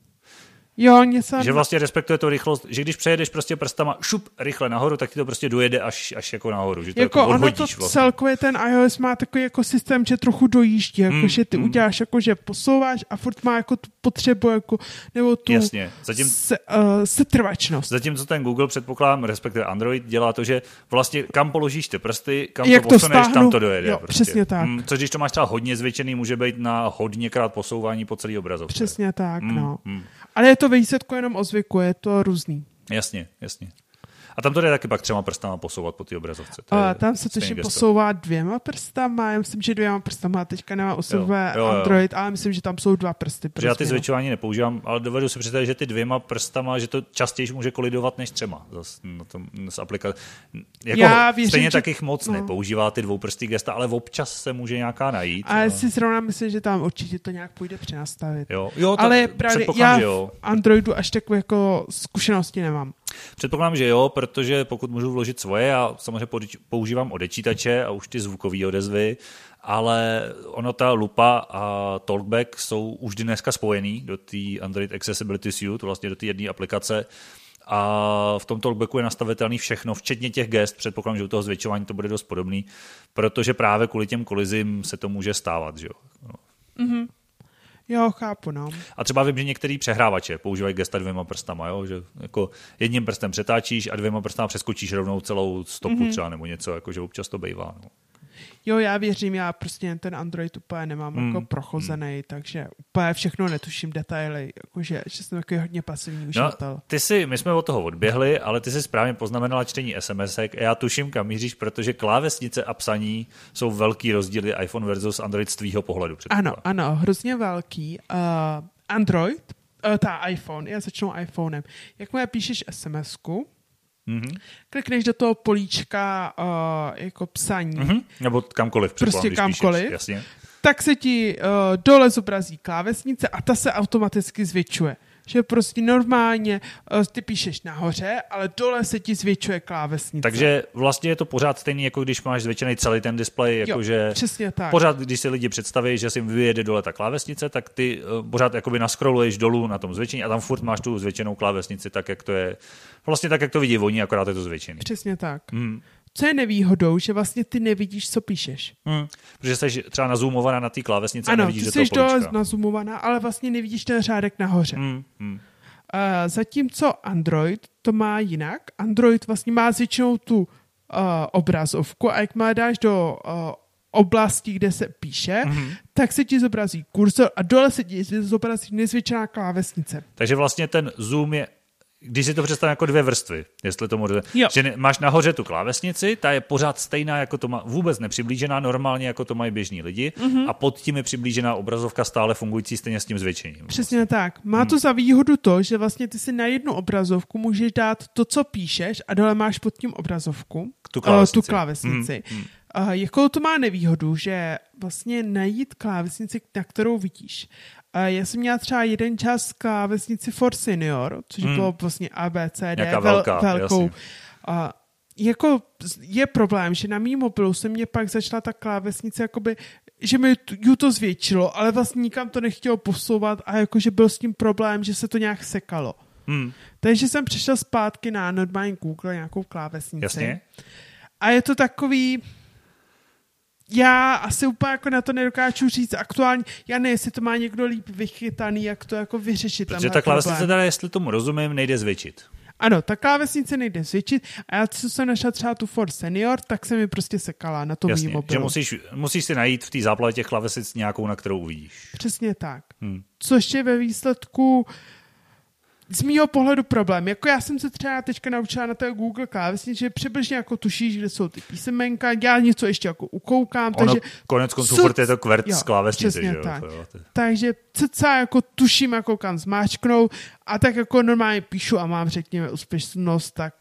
Jo, něco... Že vlastně respektuje to rychlost, že když přejedeš prostě prstama šup rychle nahoru, tak ti to prostě dojede až, až jako nahoru. Že to jako, jako ono to vlastně. celkově ten iOS má takový jako systém, že trochu dojíždí, jako, mm, že ty mm. uděláš, jako, že posouváš a furt má jako tu potřebu, jako, nebo tu Jasně. Zatím, se, uh, setrvačnost. Zatímco ten Google, předpokládám, respektive Android, dělá to, že vlastně kam položíš ty prsty, kam Jak to posuneš, to tam to dojede. Jo, prostě. Přesně tak. Mm, což když to máš třeba hodně zvětšený, může být na hodněkrát posouvání po celý obrazovce. Přesně tak, mm, no. Mm. Ale je to výsledku jenom o zvyku, je to různý. Jasně, jasně. A tam to jde taky pak třema prstama posouvat po té obrazovce. A tam se totiž posouvá dvěma prstama. Já myslím, že dvěma prstama. Teďka nemá u sebe Android, ale myslím, že tam jsou dva prsty. Protože já ty zvětšování nepoužívám, ale dovedu si představit, že ty dvěma prstama, že to častěji může kolidovat než třema. Zas na tom, z aplikace. Jako já věřím, stejně že... takých moc no. nepoužívá ty dvouprsty gesta, ale občas se může nějaká najít. A já si zrovna myslím, že tam určitě to nějak půjde přenastavit. Jo, jo ale právě já v Androidu až takové jako zkušenosti nemám. Předpokládám, že jo, protože pokud můžu vložit svoje, já samozřejmě používám odečítače a už ty zvukové odezvy, ale ono ta lupa a talkback jsou už dneska spojený do té Android Accessibility Suite, vlastně do té jedné aplikace. A v tom talkbacku je nastavitelný všechno, včetně těch gest. Předpokládám, že u toho zvětšování to bude dost podobný, protože právě kvůli těm kolizím se to může stávat. Že jo? No. Mm-hmm. Jo, chápu, no. A třeba vím, že některý přehrávače používají gesta dvěma prstama, jo? Že jako jedním prstem přetáčíš a dvěma prstama přeskočíš rovnou celou stopu mm-hmm. třeba nebo něco, jako že občas to bývá. No. Jo, já věřím, já prostě ten Android úplně nemám mm. jako prochozený, mm. takže úplně všechno netuším detaily, jakože že jsem takový hodně pasivní uživatel. No, ty si, my jsme od toho odběhli, ale ty si správně poznamenala čtení SMSek a já tuším, kam míříš, protože klávesnice a psaní jsou velký rozdíly iPhone versus Android z tvýho pohledu. Ano, ano, hrozně velký. Uh, Android, uh, ta iPhone, já začnu iPhonem. Jakmile píšeš SMSku, mm-hmm. klikneš do toho políčka uh, jako psaní. Mm-hmm. Nebo kamkoliv. Prostě kamkoliv. Píšeš, jasně. Tak se ti uh, dole zobrazí klávesnice a ta se automaticky zvětšuje. Že prostě normálně uh, ty píšeš nahoře, ale dole se ti zvětšuje klávesnice. Takže vlastně je to pořád stejný, jako když máš zvětšený celý ten displej, jakože přesně tak. Pořád, když si lidi představí, že si vyjede dole ta klávesnice, tak ty uh, pořád jakoby naskroluješ dolů na tom zvětšení a tam furt máš tu zvětšenou klávesnici, tak jak to je, vlastně tak, jak to vidí oni, akorát je to zvětšený. Přesně tak. Hmm. Co je nevýhodou, že vlastně ty nevidíš, co píšeš. Hmm. Protože jsi třeba nazoomovaná na té klávesnici ano, a nevidíš, že to políčka. Ano, ty jsi nazoomovaná, ale vlastně nevidíš ten řádek nahoře. Hmm. Hmm. Uh, zatímco Android to má jinak. Android vlastně má většinou tu uh, obrazovku a jak má dáš do uh, oblasti, kde se píše, mm-hmm. tak se ti zobrazí kurzor a dole se ti zobrazí nezvětšená klávesnice. Takže vlastně ten zoom je, když si to představím jako dvě vrstvy, jestli to může, že máš nahoře tu klávesnici, ta je pořád stejná, jako to má, vůbec nepřiblížená normálně, jako to mají běžní lidi, mm-hmm. a pod tím je přiblížená obrazovka stále fungující stejně s tím zvětšením. Přesně vlastně. Tak. Má to hmm. za výhodu to, že vlastně ty si na jednu obrazovku můžeš dát to, co píšeš a dole máš pod tím obrazovku, tu klávesnici. Uh, tu klávesnici. Hmm. Uh, jakou to má nevýhodu, že vlastně najít klávesnici, na kterou vidíš. Uh, já jsem měla třeba jeden čas klávesnici for senior, což hmm. bylo vlastně A B C D, vel, velká, velkou. Uh, jako je problém, že na mým mobilu se mě pak začala ta klávesnice, jakoby, že mi ju to zvětšilo, ale vlastně nikam to nechtělo posouvat a jakože byl s tím problém, že se to nějak sekalo. Hmm. Takže jsem přišel zpátky na normální Google nějakou klávesnici. Jasně. A je to takový... Já asi úplně jako na to nedokážu říct aktuálně. Já ne, jestli to má někdo líp vychytaný, jak to jako vyřešit. Protože ta klávesnice teda, jestli tomu rozumím, nejde zvětšit. Ano, ta klávesnice nejde zvětšit a já, co jsem našla třeba tu For Senior, tak se mi prostě sekala na tom Jasně, mým mobilu. Že musíš, musíš si najít v té záplavě těch klávesnic nějakou, na kterou uvidíš. Přesně tak. Hmm. Což je ve výsledku z mýho pohledu problém. Jako já jsem se třeba teďka naučila na té Google klávesnici, že přibližně jako tušíš, kde jsou ty písemenka, já něco ještě jako ukoukám. Ono takže konec konců furt je to kvert jo, z klávesnice. Že jo? Tak. Jo, takže cca jako tuším, jako kam zmáčknout a tak jako normálně píšu a mám, řekněme, úspěšnost, tak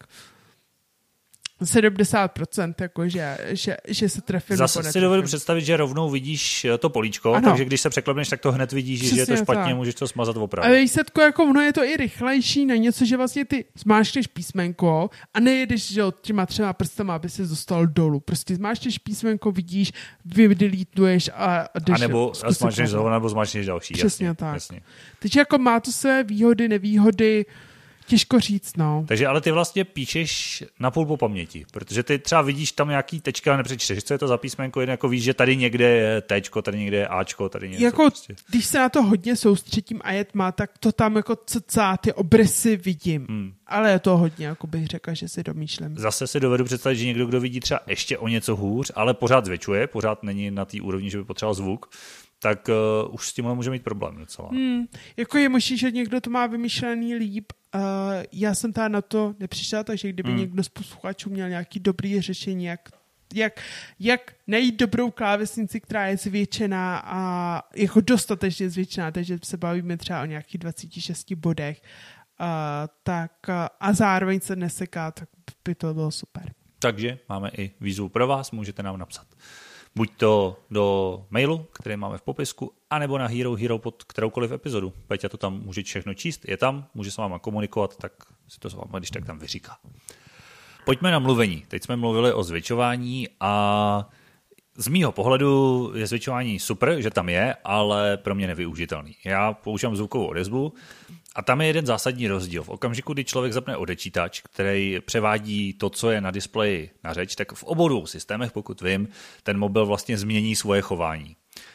sedmdesát procent, jako, že, že, že se trefím. Zase si dovedu představit, že rovnou vidíš to políčko, ano. Takže když se překlepneš, tak to hned vidíš, přesně, že je to špatně, tak. Můžeš to smazat opravdu. Ale výsledku, jako ono je to i rychlejší na něco, že vlastně ty zmáčkneš písmenko a nejedeš, že těma třema prstama, aby se dostal dolů. Prostě zmáčkneš písmenko, vidíš, vydelítuješ a, a jdeš. A nebo zmáčkneš znovu, nebo zmáčkneš další. Přesně jasně, tak. Jasně. Takže jako má to své výhody, nevýhody, těžko říct, no. Takže ale ty vlastně píšeš na půl po paměti, protože ty třeba vidíš tam nějaký tečka a nepřečteš, co je to za písmenko, jen jako víš, že tady někde je téčko, tady někde je áčko, tady něco. Jako, prostě. Když se na to hodně soustředím a je tma, tak to tam jako cca ty obrysy vidím. Hmm. Ale je to hodně, jako bych řekla, že si domýšlím. Zase si dovedu představit, že někdo, kdo vidí třeba ještě o něco hůř, ale pořád zvětšuje, pořád není na té úrovni, že by potřeboval zvuk, tak uh, už s tímhle může mít problém docela. Hmm, jako je možný, že někdo to má vymyšlený líp. Uh, já jsem tady na to nepřišla, takže kdyby hmm. někdo z posluchačů měl nějaký dobrý řešení, jak, jak, jak najít dobrou klávesnici, která je zvětšená a jako dostatečně zvětšená, takže se bavíme třeba o nějakých dvaceti šesti bodech, uh, tak, uh, a zároveň se neseká, tak by to bylo super. Takže máme i výzvu pro vás, můžete nám napsat. Buď to do mailu, který máme v popisku, anebo na Hero Hero pod kteroukoliv epizodu. Peťa to tam může všechno číst, je tam, může s váma komunikovat, tak si to s váma když tak tam vyříká. Pojďme na mluvení. Teď jsme mluvili o zvětšování a z mýho pohledu je zvětšování super, že tam je, ale pro mě nevyužitelný. Já používám zvukovou odezvu a tam je jeden zásadní rozdíl. V okamžiku, kdy člověk zapne odečítač, který převádí to, co je na displeji na řeč, tak v obou dvou systémech, pokud vím, ten mobil vlastně změní svoje chování.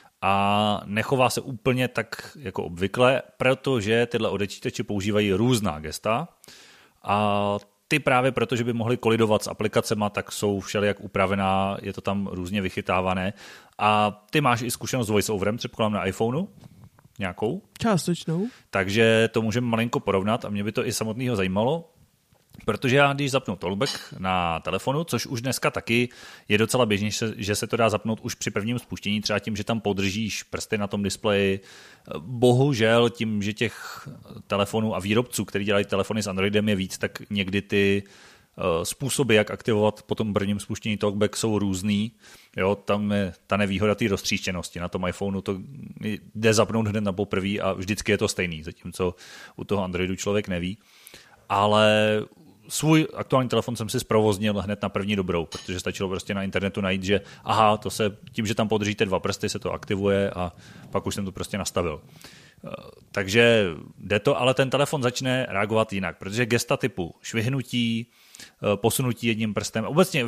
A nechová se úplně tak jako obvykle, protože tyhle odečítače používají různá gesta a ty právě proto, že by mohly kolidovat s aplikacema, tak jsou všelijak upravená, je to tam různě vychytávané. A ty máš i zkušenost s voiceoverem, předpokládám na iPhoneu nějakou. Částečnou. Takže to můžeme malinko porovnat a mě by to i samotného zajímalo, protože já když zapnu talkback na telefonu, což už dneska taky je docela běžně, že se to dá zapnout už při prvním spuštění, třeba tím, že tam podržíš prsty na tom displeji. Bohužel tím, že těch telefonů a výrobců, který dělají telefony s Androidem je víc, tak někdy ty způsoby, jak aktivovat po tom prvním spuštění talkback jsou různý. Jo, tam je ta nevýhoda té roztříštěnosti. Na tom iPhoneu to jde zapnout hned na poprvé a vždycky je to stejný, zatímco u toho Androidu člověk neví. Ale svůj aktuální telefon jsem si zprovoznil hned na první dobrou, protože stačilo prostě na internetu najít, že aha, to se tím, že tam podržíte dva prsty, se to aktivuje a pak už jsem to prostě nastavil. Takže jde to, ale ten telefon začne reagovat jinak, protože gesta typu švihnutí, posunutí jedním prstem, obecně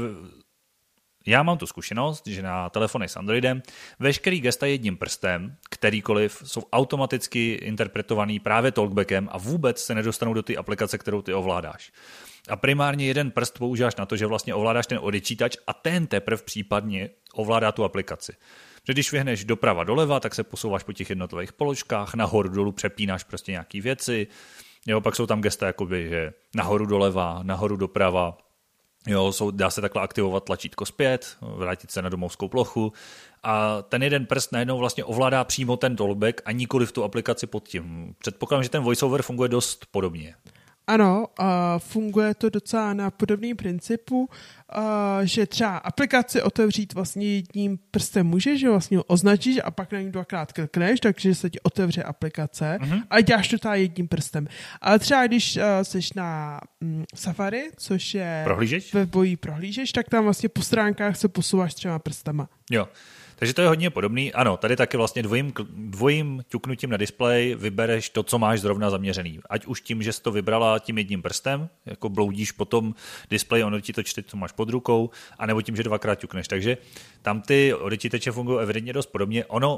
já mám tu zkušenost, že na telefony s Androidem veškerý gesta jedním prstem, kterýkoliv, jsou automaticky interpretovaný právě talkbackem a vůbec se nedostanou do té aplikace, kterou ty ovládáš. A primárně jeden prst používáš na to, že vlastně ovládáš ten odečítač a ten teprve případně ovládá tu aplikaci. Že když vyhneš doprava doleva, tak se posouváš po těch jednotlivých položkách, nahoru dolů přepínáš prostě nějaký věci. Jo, pak jsou tam gesta jakoby, že nahoru doleva, nahoru doprava. Jo, jsou, dá se takhle aktivovat tlačítko zpět, vrátit se na domovskou plochu a ten jeden prst najednou vlastně ovládá přímo ten talkback a nikoli v tu aplikaci pod tím. Předpokládám, že ten voiceover funguje dost podobně. Ano, uh, funguje to docela na podobném principu, uh, že třeba aplikaci otevřít vlastně jedním prstem můžeš, že vlastně označíš a pak na ní dvakrát klikneš, takže se ti otevře aplikace mm-hmm. a děláš to tady jedním prstem. Ale třeba když uh, seš na um, Safari, což je prohlížeč? Webový prohlížeč, tak tam vlastně po stránkách se posouváš třema prstama. Jo. Takže to je hodně podobný. Ano, tady taky vlastně dvojím, dvojím ťuknutím na displeji vybereš to, co máš zrovna zaměřený. Ať už tím, že jsi to vybrala tím jedním prstem, jako bloudíš po tom displeji, ono ti to čte, co máš pod rukou, anebo tím, že dvakrát ťukneš. Takže tam ty odečítače fungují evidentně dost podobně. Ono,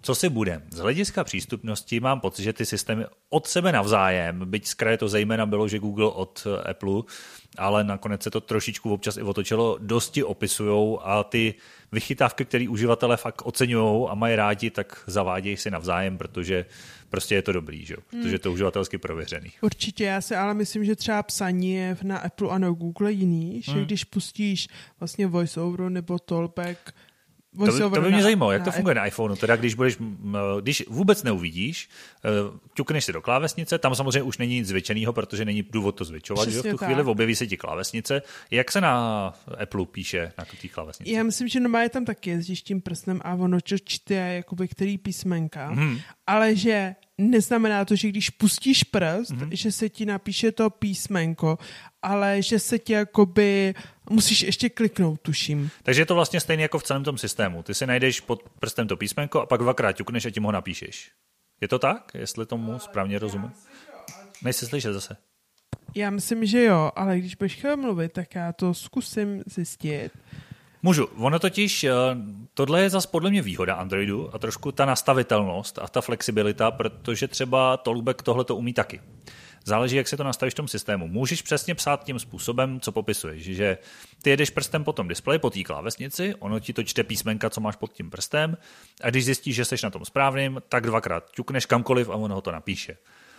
Co si budem? Z hlediska přístupnosti mám pocit, že ty systémy od sebe navzájem, byť z kraje to zejména bylo, že Google od Apple, ale nakonec se to trošičku občas i otočilo, dosti opisujou a ty vychytávky, které uživatelé fakt oceňují a mají rádi, tak zavádějí si navzájem, protože prostě je to dobrý, že? Protože je to uživatelsky prověřený. Určitě, já si ale myslím, že třeba psaní je na Apple a na Google jiný, že hmm. když pustíš vlastně VoiceOver nebo Talkback, To by, to by mě zajímalo, jak to funguje na iPhoneu. Teda když, budeš, když vůbec neuvidíš, ťukneš si do klávesnice, tam samozřejmě už není nic zvětšenýho, protože není důvod to zvětšovat, že v tu tak. chvíli objeví se ti klávesnice. Jak se na Apple píše na té klávesnici? Já myslím, že normálně tam taky jezdíš tím prstem a ono to čte jakoby který písmenka, hmm. ale že neznamená to, že když pustíš prst, mm-hmm. že se ti napíše to písmenko, ale že se ti jakoby musíš ještě kliknout, tuším. Takže je to vlastně stejné jako v celém tom systému. Ty si najdeš pod prstem to písmenko a pak dvakrát ťukneš a tím ho napíšeš. Je to tak? Jestli tomu správně rozumím? Nejsi slyšet zase. Já myslím, že jo, ale když budeš chtěl mluvit, tak já to zkusím zjistit. Můžu. Ono totiž, tohle je zase podle mě výhoda Androidu a trošku ta nastavitelnost a ta flexibilita, protože třeba Talkback tohle to umí taky. Záleží, jak se to nastavíš v tom systému. Můžeš přesně psát tím způsobem, co popisuješ, že ty jedeš prstem po tom displeji, po té klávesnici, ono ti to čte písmenka, co máš pod tím prstem a když zjistíš, že jsi na tom správným, tak dvakrát ťukneš kamkoliv a ono ho to napíše.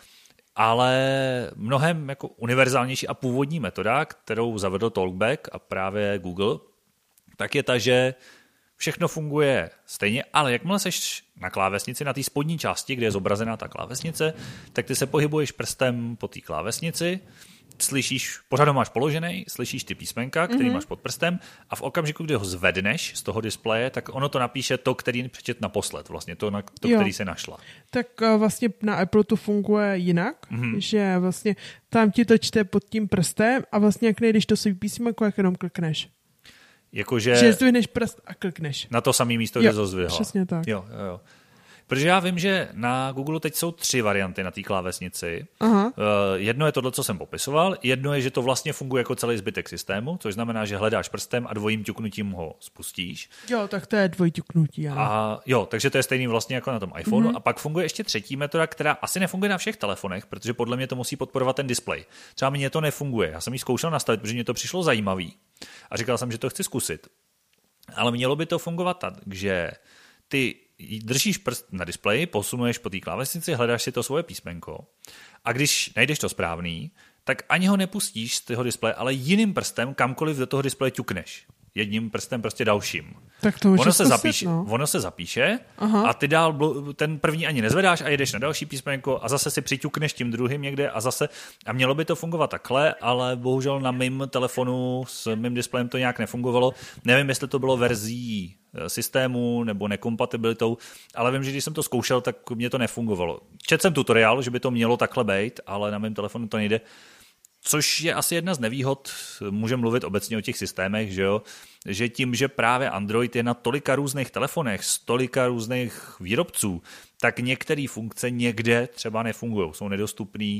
Ale mnohem jako univerzálnější a původní metoda, kterou zavedl Talkback a právě Google, tak je ta, že všechno funguje stejně, ale jakmile seš na klávesnici, na té spodní části, kde je zobrazená ta klávesnice, tak ty se pohybuješ prstem po té klávesnici, slyšíš, pořád ho máš položený, slyšíš ty písmenka, který mm-hmm. máš pod prstem a v okamžiku, kdy ho zvedneš z toho displeje, tak ono to napíše to, který přečet naposled, vlastně to, na to který se našla. Tak uh, vlastně na Apple to funguje jinak, mm-hmm. že vlastně tam ti to čte pod tím prstem a vlastně jak nejdeš to svý písmenko, jak jenom klikneš. Jakože že zdvihneš prst a klikneš. Na to samé místo, kde to zdvihla. Přesně tak. Jo, jo, jo. Protože já vím, že na Google teď jsou tři varianty na té klávesnici. Aha. Jedno je tohle, co jsem popisoval, jedno je, že to vlastně funguje jako celý zbytek systému, což znamená, že hledáš prstem a dvojím ťuknutím ho spustíš. Jo, tak to je dvojťuknutí. A jo, takže to je stejný vlastně jako na tom iPhoneu. Mm-hmm. A pak funguje ještě třetí metoda, která asi nefunguje na všech telefonech, protože podle mě to musí podporovat ten displej. Třeba mně to nefunguje. Já jsem ji zkoušel nastavit, protože mě to přišlo zajímavý. A říkal jsem, že to chci zkusit. Ale mělo by to fungovat tak, že ty držíš prst na displeji, posunuješ po té klávesnici, hledáš si to svoje písmenko a když najdeš to správný, tak ani ho nepustíš z toho displeje, ale jiným prstem kamkoliv do toho displeje ťukneš. Jedním prstem prostě dalším. Tak to ono, se zkusit, zapíše, no. ono se zapíše Aha. a ty dál ten první ani nezvedáš a jedeš na další písmenko a zase si přiťukneš tím druhým někde a zase a mělo by to fungovat takhle, ale bohužel na mým telefonu s mým displejem to nějak nefungovalo. Nevím, jestli to bylo verzí systému nebo nekompatibilitou, ale vím, že když jsem to zkoušel, tak mě to nefungovalo. Četl jsem tutoriál, že by to mělo takhle být, ale na mém telefonu to nejde. Což je asi jedna z nevýhod, můžeme mluvit obecně o těch systémech, že jo, že tím, že právě Android je na tolika různých telefonech, z tolika různých výrobců, tak některé funkce někde třeba nefungují, jsou nedostupné.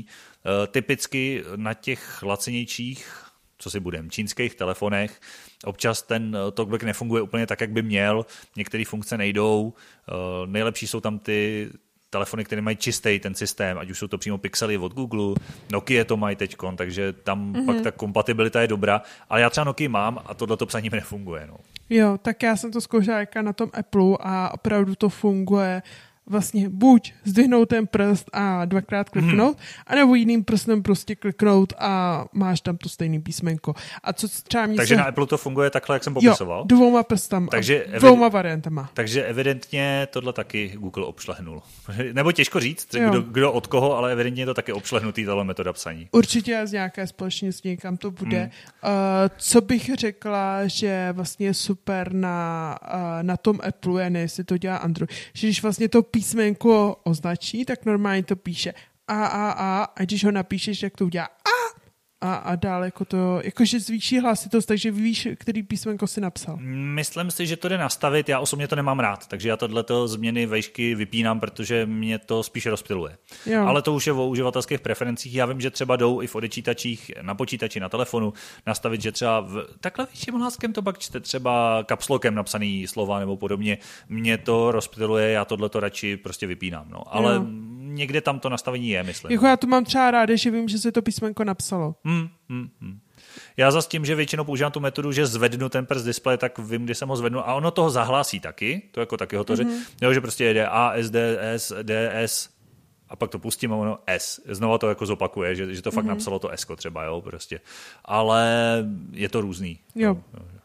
Typicky na těch lacinějších, co si budem, čínských telefonech, občas ten Talkback nefunguje úplně tak, jak by měl, některé funkce nejdou, nejlepší jsou tam ty telefony, které mají čistý ten systém, ať už jsou to přímo Pixely od Google, Nokia to mají teďkon, takže tam mm-hmm. pak ta kompatibilita je dobrá, ale já třeba Nokia mám a tohleto psaní mi nefunguje. No. Jo, tak já jsem to zkoušela na tom Apple a opravdu to funguje vlastně buď zdvihnout ten prst a dvakrát kliknout, hmm. anebo jiným prstem prostě kliknout a máš tam to stejný písmenko. A co třeba mě Takže se... na Apple to funguje takhle, jak jsem popisoval? Jo, dvouma prstama, takže dvouma evi... variantama. Takže evidentně tohle taky Google obšlehnul. Nebo těžko říct, kdo, kdo od koho, ale evidentně je to taky obšlehnutý tahle metoda psaní. Určitě z nějaké společnosti někam to bude. Hmm. Uh, co bych řekla, že vlastně je super na, uh, na tom Apple, já nevím, jestli to dělá Android, že když vlastně to písmenko označí, tak normálně to píše a, a, a, a když ho napíšeš, jak to udělá a, A, a dál jako to, jakože zvýší hlasitost, takže víš, který písmenko si napsal. Myslím si, že to jde nastavit, já osobně to nemám rád, takže já tohleto změny vejšky vypínám, protože mě to spíš rozptyluje. Jo. Ale to už je o uživatelských preferencích, já vím, že třeba jdou i v odečítačích, na počítači, na telefonu, nastavit, že třeba v, takhle vyšším hláskem to pak čte třeba kapslokem napsaný slova nebo podobně, mě to rozptyluje, já tohleto radši prostě vypínám, no. Ale jo. Někde tam to nastavení je, myslím. Jako já to mám třeba ráda, že vím, že se to písmenko napsalo. Hmm, hmm, hmm. Já zase tím, že většinou používám tu metodu, že zvednu ten prst displeje, tak vím, kdy jsem ho zvednu a ono toho zahlásí taky, to jako taky hotoře, mm-hmm. jo, že prostě jede A, S, D, S, D, S a pak to pustím a ono S. Znova to jako zopakuje, že, že to fakt mm-hmm. napsalo to S třeba, jo, prostě. Ale je to různý. Jo.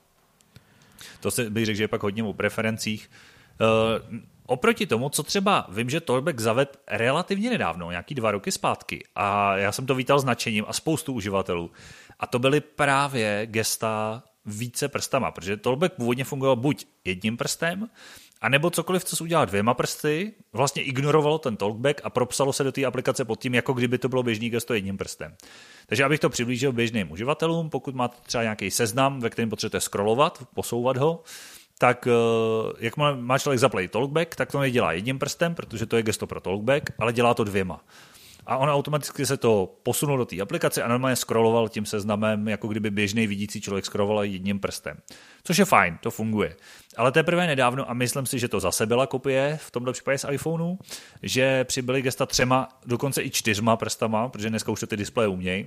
To se bych řekl, že je pak hodně o preferencích. Uh, Oproti tomu, co třeba vím, že Talkback zaved relativně nedávno, nějaký dva roky zpátky a já jsem to vítal značením a spoustu uživatelů a to byly právě gesta více prstama, protože Talkback původně fungoval buď jedním prstem, anebo cokoliv, co se udělal dvěma prsty, vlastně ignorovalo ten Talkback a propsalo se do té aplikace pod tím, jako kdyby to bylo běžný gesto jedním prstem. Takže abych to přiblížil běžným uživatelům, pokud máte třeba nějaký seznam, ve kterém potřebujete scrollovat, posouvat ho, tak jak má člověk zaplay Talkback, tak to nedělá jedním prstem, protože to je gesto pro Talkback, ale dělá to dvěma. A on automaticky se to posunul do té aplikace a normálně scrolloval tím seznamem, jako kdyby běžný vidící člověk scrolloval jedním prstem. Což je fajn, to funguje. Ale teprve nedávno, a myslím si, že to zase byla kopie v tomto případě z iPhoneu, že přibyly gesta třema, dokonce i čtyřma prstama, protože dneska už to ty displeje umějí.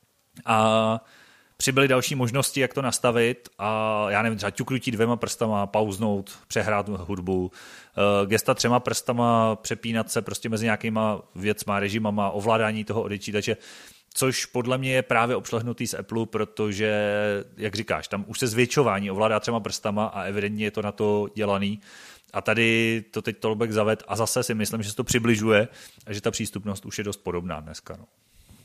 A přibyly další možnosti, jak to nastavit a já nevím, třeba ťuknutí dvěma prstama, pauznout, přehrát hudbu, gesta třema prstama, přepínat se prostě mezi nějakýma věcma, režimama, ovládání toho odečítače, což podle mě je právě obšlehnutý z Apple, protože, jak říkáš, tam už se zvětšování ovládá třema prstama a evidentně je to na to dělaný. A tady to teď Talkback zaved a zase si myslím, že se to přibližuje a že ta přístupnost už je dost podobná dneska. No.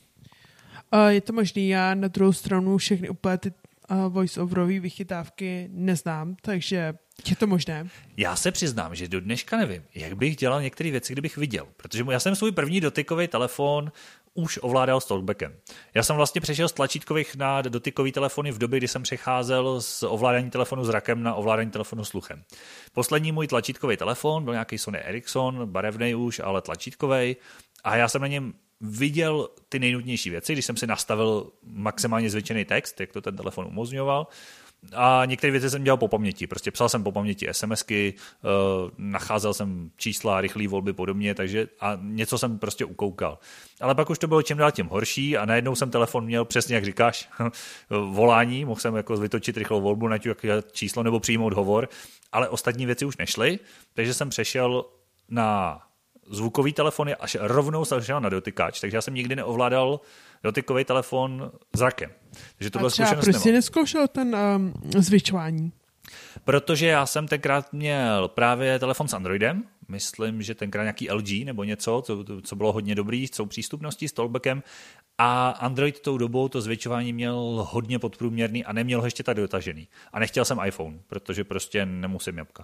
Je to možný, já na druhou stranu všechny úplně ty voice-overové vychytávky neznám, takže je to možné. Já se přiznám, že do dneška nevím, jak bych dělal některé věci, kdybych viděl, protože já jsem svůj první dotykový telefon už ovládal s Talkbackem. Já jsem vlastně přešel z tlačítkových na dotykový telefony v době, kdy jsem přecházel z ovládání telefonu zrakem na ovládání telefonu sluchem. Poslední můj tlačítkový telefon byl nějaký Sony Ericsson, barevnej už, ale tlačítkovej a já jsem na něm viděl ty nejnutnější věci, když jsem si nastavil maximálně zvětšený text, jak to ten telefon umožňoval. A některé věci jsem dělal po paměti. Prostě psal jsem po paměti SMSky, uh, nacházel jsem čísla, rychlé volby podobně, takže a něco jsem prostě ukoukal. Ale pak už to bylo čím dál tím horší a najednou jsem telefon měl přesně, jak říkáš, volání, mohl jsem jako vytočit rychlou volbu, naťukat číslo nebo přijmout hovor, ale ostatní věci už nešly, takže jsem přešel na zvukový telefon až rovnou šel na dotykač, takže já jsem nikdy neovládal dotykový telefon zrakem. Takže to a třeba proč jsi neskoušel ten um, zvětšování? Protože já jsem tenkrát měl právě telefon s Androidem, myslím, že tenkrát nějaký L G nebo něco, co, co bylo hodně dobrý, jsou přístupnosti s Talkbackem a Android tou dobou to zvětšování měl hodně podprůměrný a neměl ho ještě tak dotažený. A nechtěl jsem iPhone, protože prostě nemusím jabka.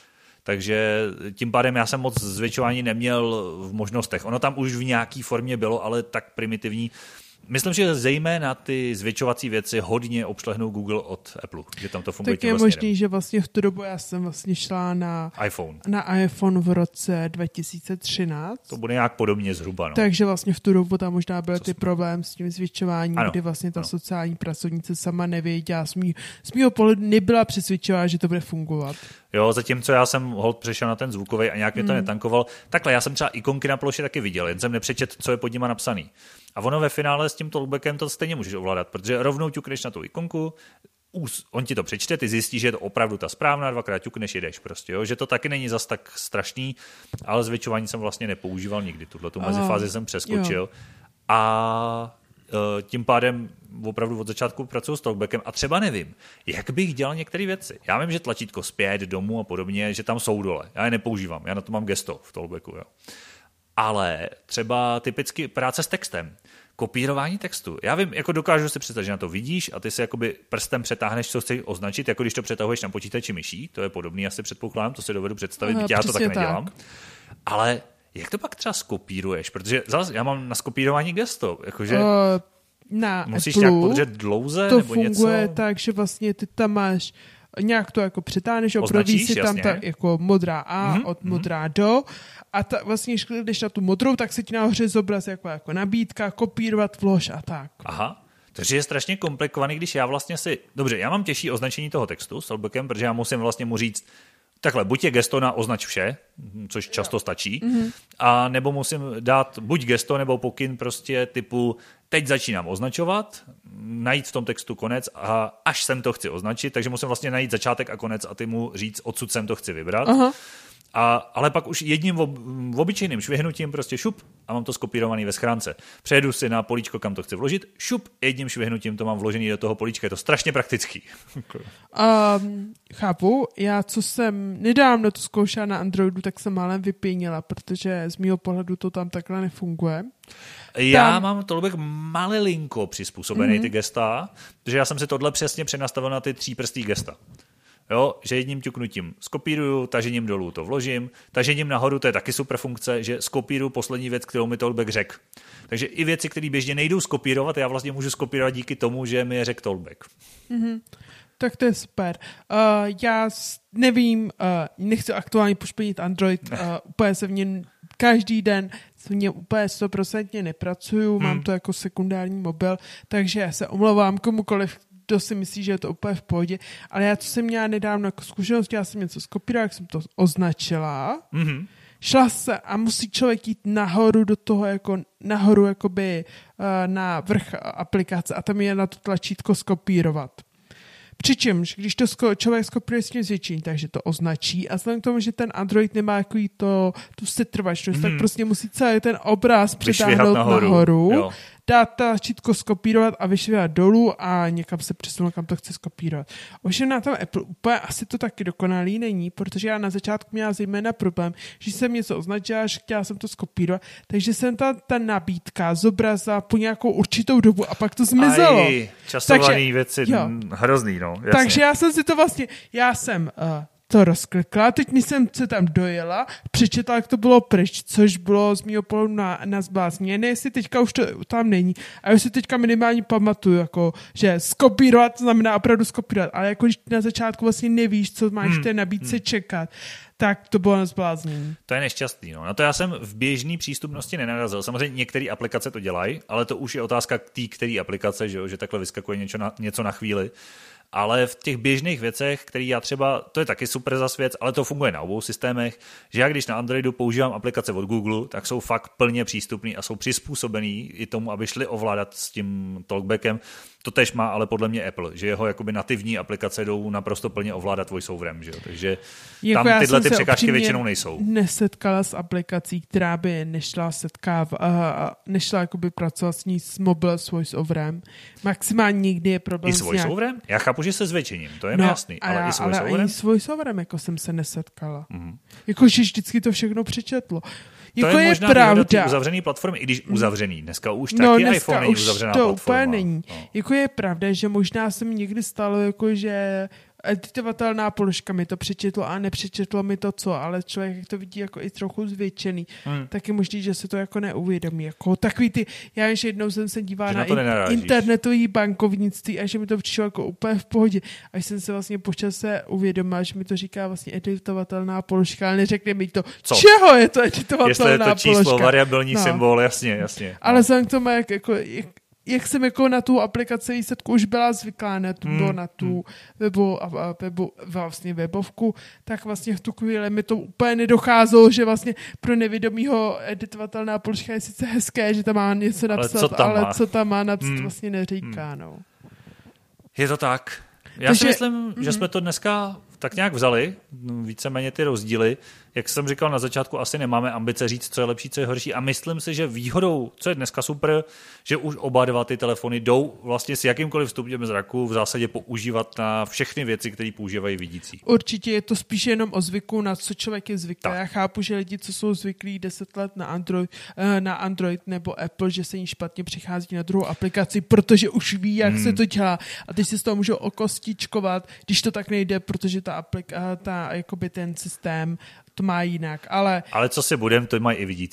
Takže tím pádem já jsem moc zvětšování neměl v možnostech. Ono tam už v nějaký formě bylo, ale tak primitivní. Myslím, že zejména ty zvětšovací věci hodně obšlehnou Google od Apple, že tam to funguje. Tak je možný, že vlastně v tu dobu já jsem vlastně šla na iPhone. na iPhone v roce dva tisíce třináct. To bude nějak podobně zhruba. No. Takže vlastně v tu dobu tam možná byly ty problém s tím zvětšováním, ano, kdy vlastně ta ano. sociální pracovnice sama nevěděla, z, mý, z mýho pohledu nebyla přesvědčová, že to bude fungovat. Jo, zatímco já jsem hold přešel na ten zvukový a nějak mě to hmm. netankoval. Takhle, já jsem třeba ikonky na ploše taky viděl, jen jsem nepřečet, co je pod nima napsaný. A ono ve finále s tím Talkbackem to stejně můžeš ovládat, protože rovnou ťukneš na tu ikonku, on ti to přečte, ty zjistíš, že je to opravdu ta správná, dvakrát ťukneš, jedeš prostě, jo? Že to taky není zas tak strašný, ale zvětšování jsem vlastně nepoužíval nikdy, tuhletu mezifázi jsem přeskočil. Jo. A tím pádem opravdu od začátku pracuji s Talkbackem a třeba nevím, jak bych dělal některé věci. Já vím, že tlačítko zpět, domů a podobně, že tam jsou dole. Já je nepoužívám, já na to mám gesto v Talkbacku, jo. Ale třeba typicky práce s textem, kopírování textu. Já vím, jako dokážu si představit, že na to vidíš a ty si jakoby prstem přetáhneš, co chceš označit, jako když to přetahuješ na počítači myší, to je podobný, asi předpokládám, to si dovedu představit, byť já to tak nedělám. Tak. Ale jak to pak třeba skopíruješ? Protože zase já mám na skopírování gesto, jakože... Uh, na Musíš Apple nějak podržet dlouze to nebo funguje něco? tak, že vlastně ty tam máš nějak to jako přitáhneš, opraví si tam jasně. ta jako modrá A mm-hmm. od modrá do a ta, vlastně, když na tu modrou, tak se ti nahoře zobrazí jako, jako nabídka, kopírovat, vlož a tak. Aha. Takže je strašně komplikovaný, když já vlastně si... Dobře, já mám těžší označení toho textu s talkbackem, protože já musím vlastně mu říct, takhle, buď je gesto na označ vše, což často stačí, mm-hmm. a nebo musím dát buď gesto nebo pokyn prostě typu teď začínám označovat, najít v tom textu konec a až sem to chci označit, takže musím vlastně najít začátek a konec a ty mu říct, odsud sem to chci vybrat. Aha. A, ale pak už jedním ob, obyčejným švihnutím prostě šup a mám to skopírovaný ve schránce. Přejedu si na políčko, kam to chci vložit, šup, jedním švihnutím to mám vložený do toho políčka. Je to strašně praktický. um, chápu. Já, co jsem nedávno to zkoušela na Androidu, tak jsem málem vypínila, protože z mýho pohledu to tam takhle nefunguje. Já tam... mám tolik malilinko přizpůsobený mm-hmm. ty gesta, protože já jsem si tohle přesně přenastavil na ty tříprstý gesta. Jo, že jedním ťuknutím skopíruju, tažením dolů to vložím, tažením nahoru, to je taky super funkce, že skopíruju poslední věc, kterou mi Talkback řekl. Takže i věci, které běžně nejdou skopírovat, já vlastně můžu skopírovat díky tomu, že mi je řekl Talkback. Mm-hmm. Tak to je super. Uh, já nevím, uh, nechci aktuálně pošpinit Android, uh, úplně se v něm každý den v něm úplně stoprocentně nepracuju, hmm. mám to jako sekundární mobil, takže já se omlouvám komukoliv, kdo si myslí, že je to úplně v pohodě, ale já, co jsem měla nedávno jako zkušenost, já jsem něco skopírovala, jak jsem to označila, mm-hmm. šla se a musí člověk jít nahoru do toho, jako nahoru jakoby uh, na vrch aplikace a tam je na to tlačítko skopírovat. Přičemž, když to sko- člověk skopíruje s tím zvětšením, takže to označí a vzhledem k tomu, že ten Android nemá jako to, tu setrvačnost, mm. tak prostě musí celý ten obraz přetáhnout nahoru, nahoru dát tlačítko skopírovat a vyšvihat dolů a někam se přesunout, kam to chce skopírovat. Ovšem na tom Apple úplně asi to taky dokonalý není, protože já na začátku měla zejména problém, že jsem něco označila, že chtěla jsem to skopírovat, takže jsem ta, ta nabídka zobrazila po nějakou určitou dobu a pak to zmizelo. Aj, časovaný takže, věci, jo. hrozný, no. Jasně. Takže já jsem si to vlastně, já jsem... Uh, to rozklikla, teď jsem se tam dojela, přečetla, jak to bylo pryč, což bylo z mýho pohledu na, na zblázněné, jestli teďka už to tam není. A já si teďka minimálně pamatuju, jako, že skopírovat znamená opravdu skopírovat, ale jako když na začátku vlastně nevíš, co máš hmm. v té nabídce hmm. čekat, tak to bylo na zbláznění. To je nešťastný. No. Na to já jsem v běžné přístupnosti nenarazil. Samozřejmě některé aplikace to dělají, ale to už je otázka té, které aplikace, že, jo? Že takhle vyskakuje něco na, něco na chvíli. Ale v těch běžných věcech, který já třeba, to je taky super zas věc, ale to funguje na obou systémech, že já když na Androidu používám aplikace od Google, tak jsou fakt plně přístupný a jsou přizpůsobený i tomu, aby šli ovládat s tím Talkbackem. To tež má ale podle mě Apple, že jeho jakoby nativní aplikace jdou naprosto plně ovládat voiceoverem, že jo? Takže jako tam tyhle ty překážky většinou nejsou. Nesetkala s aplikací, která by nešla setkáv, uh, nešla jakoby pracovat s ní s mobil s voiceoverem. Maximálně nikdy je problém I s voiceoverem? Nějak... Já chápu, že se zvětšením, to je no, jasný, ale já, i s voiceoverem? Ale ani s voiceoverem jako jsem se nesetkala. Mm. Jako, že vždycky to všechno přečetlo. Jako to je, je možná pravda. Ty uzavřený platformy, i když uzavřený. Dneska už no, taky dneska iPhone není už uzavřená to platforma. Úplně není. No. Jako je pravda, že možná se mi někdy stalo, jako že editovatelná položka mi to přečetlo a nepřečetlo mi to co, ale člověk to vidí jako i trochu zvětšený. Hmm. Tak je možný, že se to jako neuvědomí. Jako takový ty, já ještě jednou jsem se dívala na, na in, internetový bankovnictví a že mi to přišlo jako úplně v pohodě. A jsem se vlastně po čase uvědomila, že mi to říká vlastně editovatelná položka, ale neřekne mi to, co? Čeho je to editovatelná položka. Jestli je to číslo, položka. Variabilní no. symbol, jasně, jasně. Ale vzhledem k tomu, jak, jako, jak jak jsem jako na tu aplikaci výsledku už byla zvyklá na tu, hmm. na tu webu, webu, vlastně webovku, tak vlastně v tu chvíli mi to úplně nedocházelo, že vlastně pro nevědomýho editovatelná položka je sice hezké, že tam má něco napsat, ale co tam, ale má? Co tam má napsat, hmm. vlastně neříká. Hmm. No. Je to tak. Já Takže, si myslím, mm-hmm. že jsme to dneska tak nějak vzali, víceméně ty rozdíly. Jak jsem říkal na začátku, asi nemáme ambice říct, co je lepší, co je horší. A myslím si, že výhodou, co je dneska super, že už oba dva ty telefony jdou vlastně s jakýmkoliv stupněm zraku v zásadě používat na všechny věci, které používají vidící. Určitě je to spíš jenom o zvyku, na co člověk je zvyklý. Já chápu, že lidi, co jsou zvyklí deset let na Android, na Android nebo Apple, že se jim špatně přichází na druhou aplikaci, protože už ví, jak hmm. se to dělá. A teď si z toho můžou okostičkovat, když to tak nejde, protože ta aplika, ta, jakoby ten systém to má jinak, ale... Ale co si budem, to mají i vidící.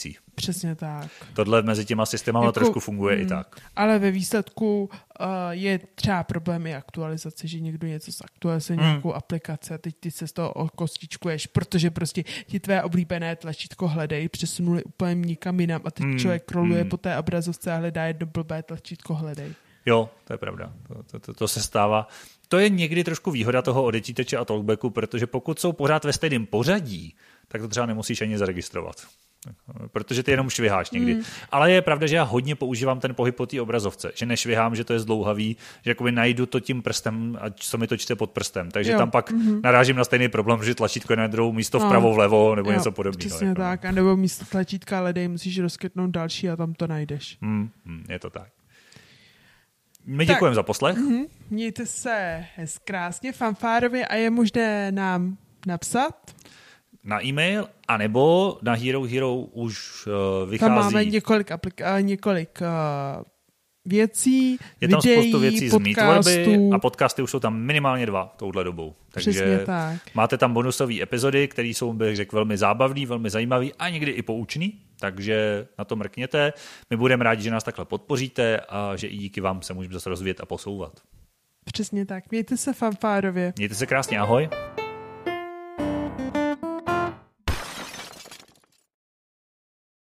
Přesně tak. Tohle mezi těma systémama jako, trošku funguje mm, i tak. Ale ve výsledku uh, je třeba problém i aktualizace, že někdo něco zaktualizuje, mm. nějakou aplikaci a teď ty se z toho kostičkuješ, protože prostě ti tvé oblíbené tlačítko hledej, přesunuli úplně nikam jinam a teď mm. člověk roluje mm. po té obrazovce a hledá jedno blbé tlačítko hledej. Jo, to je pravda. To, to, to, to se stává. To je někdy trošku výhoda toho odečítače a talkbacku, protože pokud jsou pořád ve stejném pořadí, tak to třeba nemusíš ani zaregistrovat. Protože ty jenom šviháš někdy. Mm. Ale je pravda, že já hodně používám ten pohyb po té obrazovce, že nešvihám, že to je zdlouhavý, že jakoby najdu to tím prstem a co mi to čte pod prstem. Takže jo. tam pak mm-hmm. narážím na stejný problém, že tlačítko je na druhou místo no. vpravo, vlevo nebo jo, něco podobného. Přesně jako. tak. A nebo místo tlačítka ledej musíš rozkytnout další a tam to najdeš. Mm, mm, je to tak. My děkujeme za poslech. Mm-hmm. Mějte se krásně, fanfárově a je možné nám napsat na e-mail, anebo na Hero Hero už uh, vychází. Tam máme několik, aplika- několik uh, věcí, je tam videí, spoustu věcí podcastů. z Meetweby a podcasty už jsou tam minimálně dva touhle dobou. Takže tak. máte tam bonusové epizody, které jsou, bych řekl, velmi zábavný, velmi zajímavý a někdy i poučný, takže na to mrkněte. My budeme rádi, že nás takhle podpoříte a že i díky vám se můžeme zase rozvíjet a posouvat. Přesně tak. Mějte se fanfárově. Mějte se krásně, ahoj.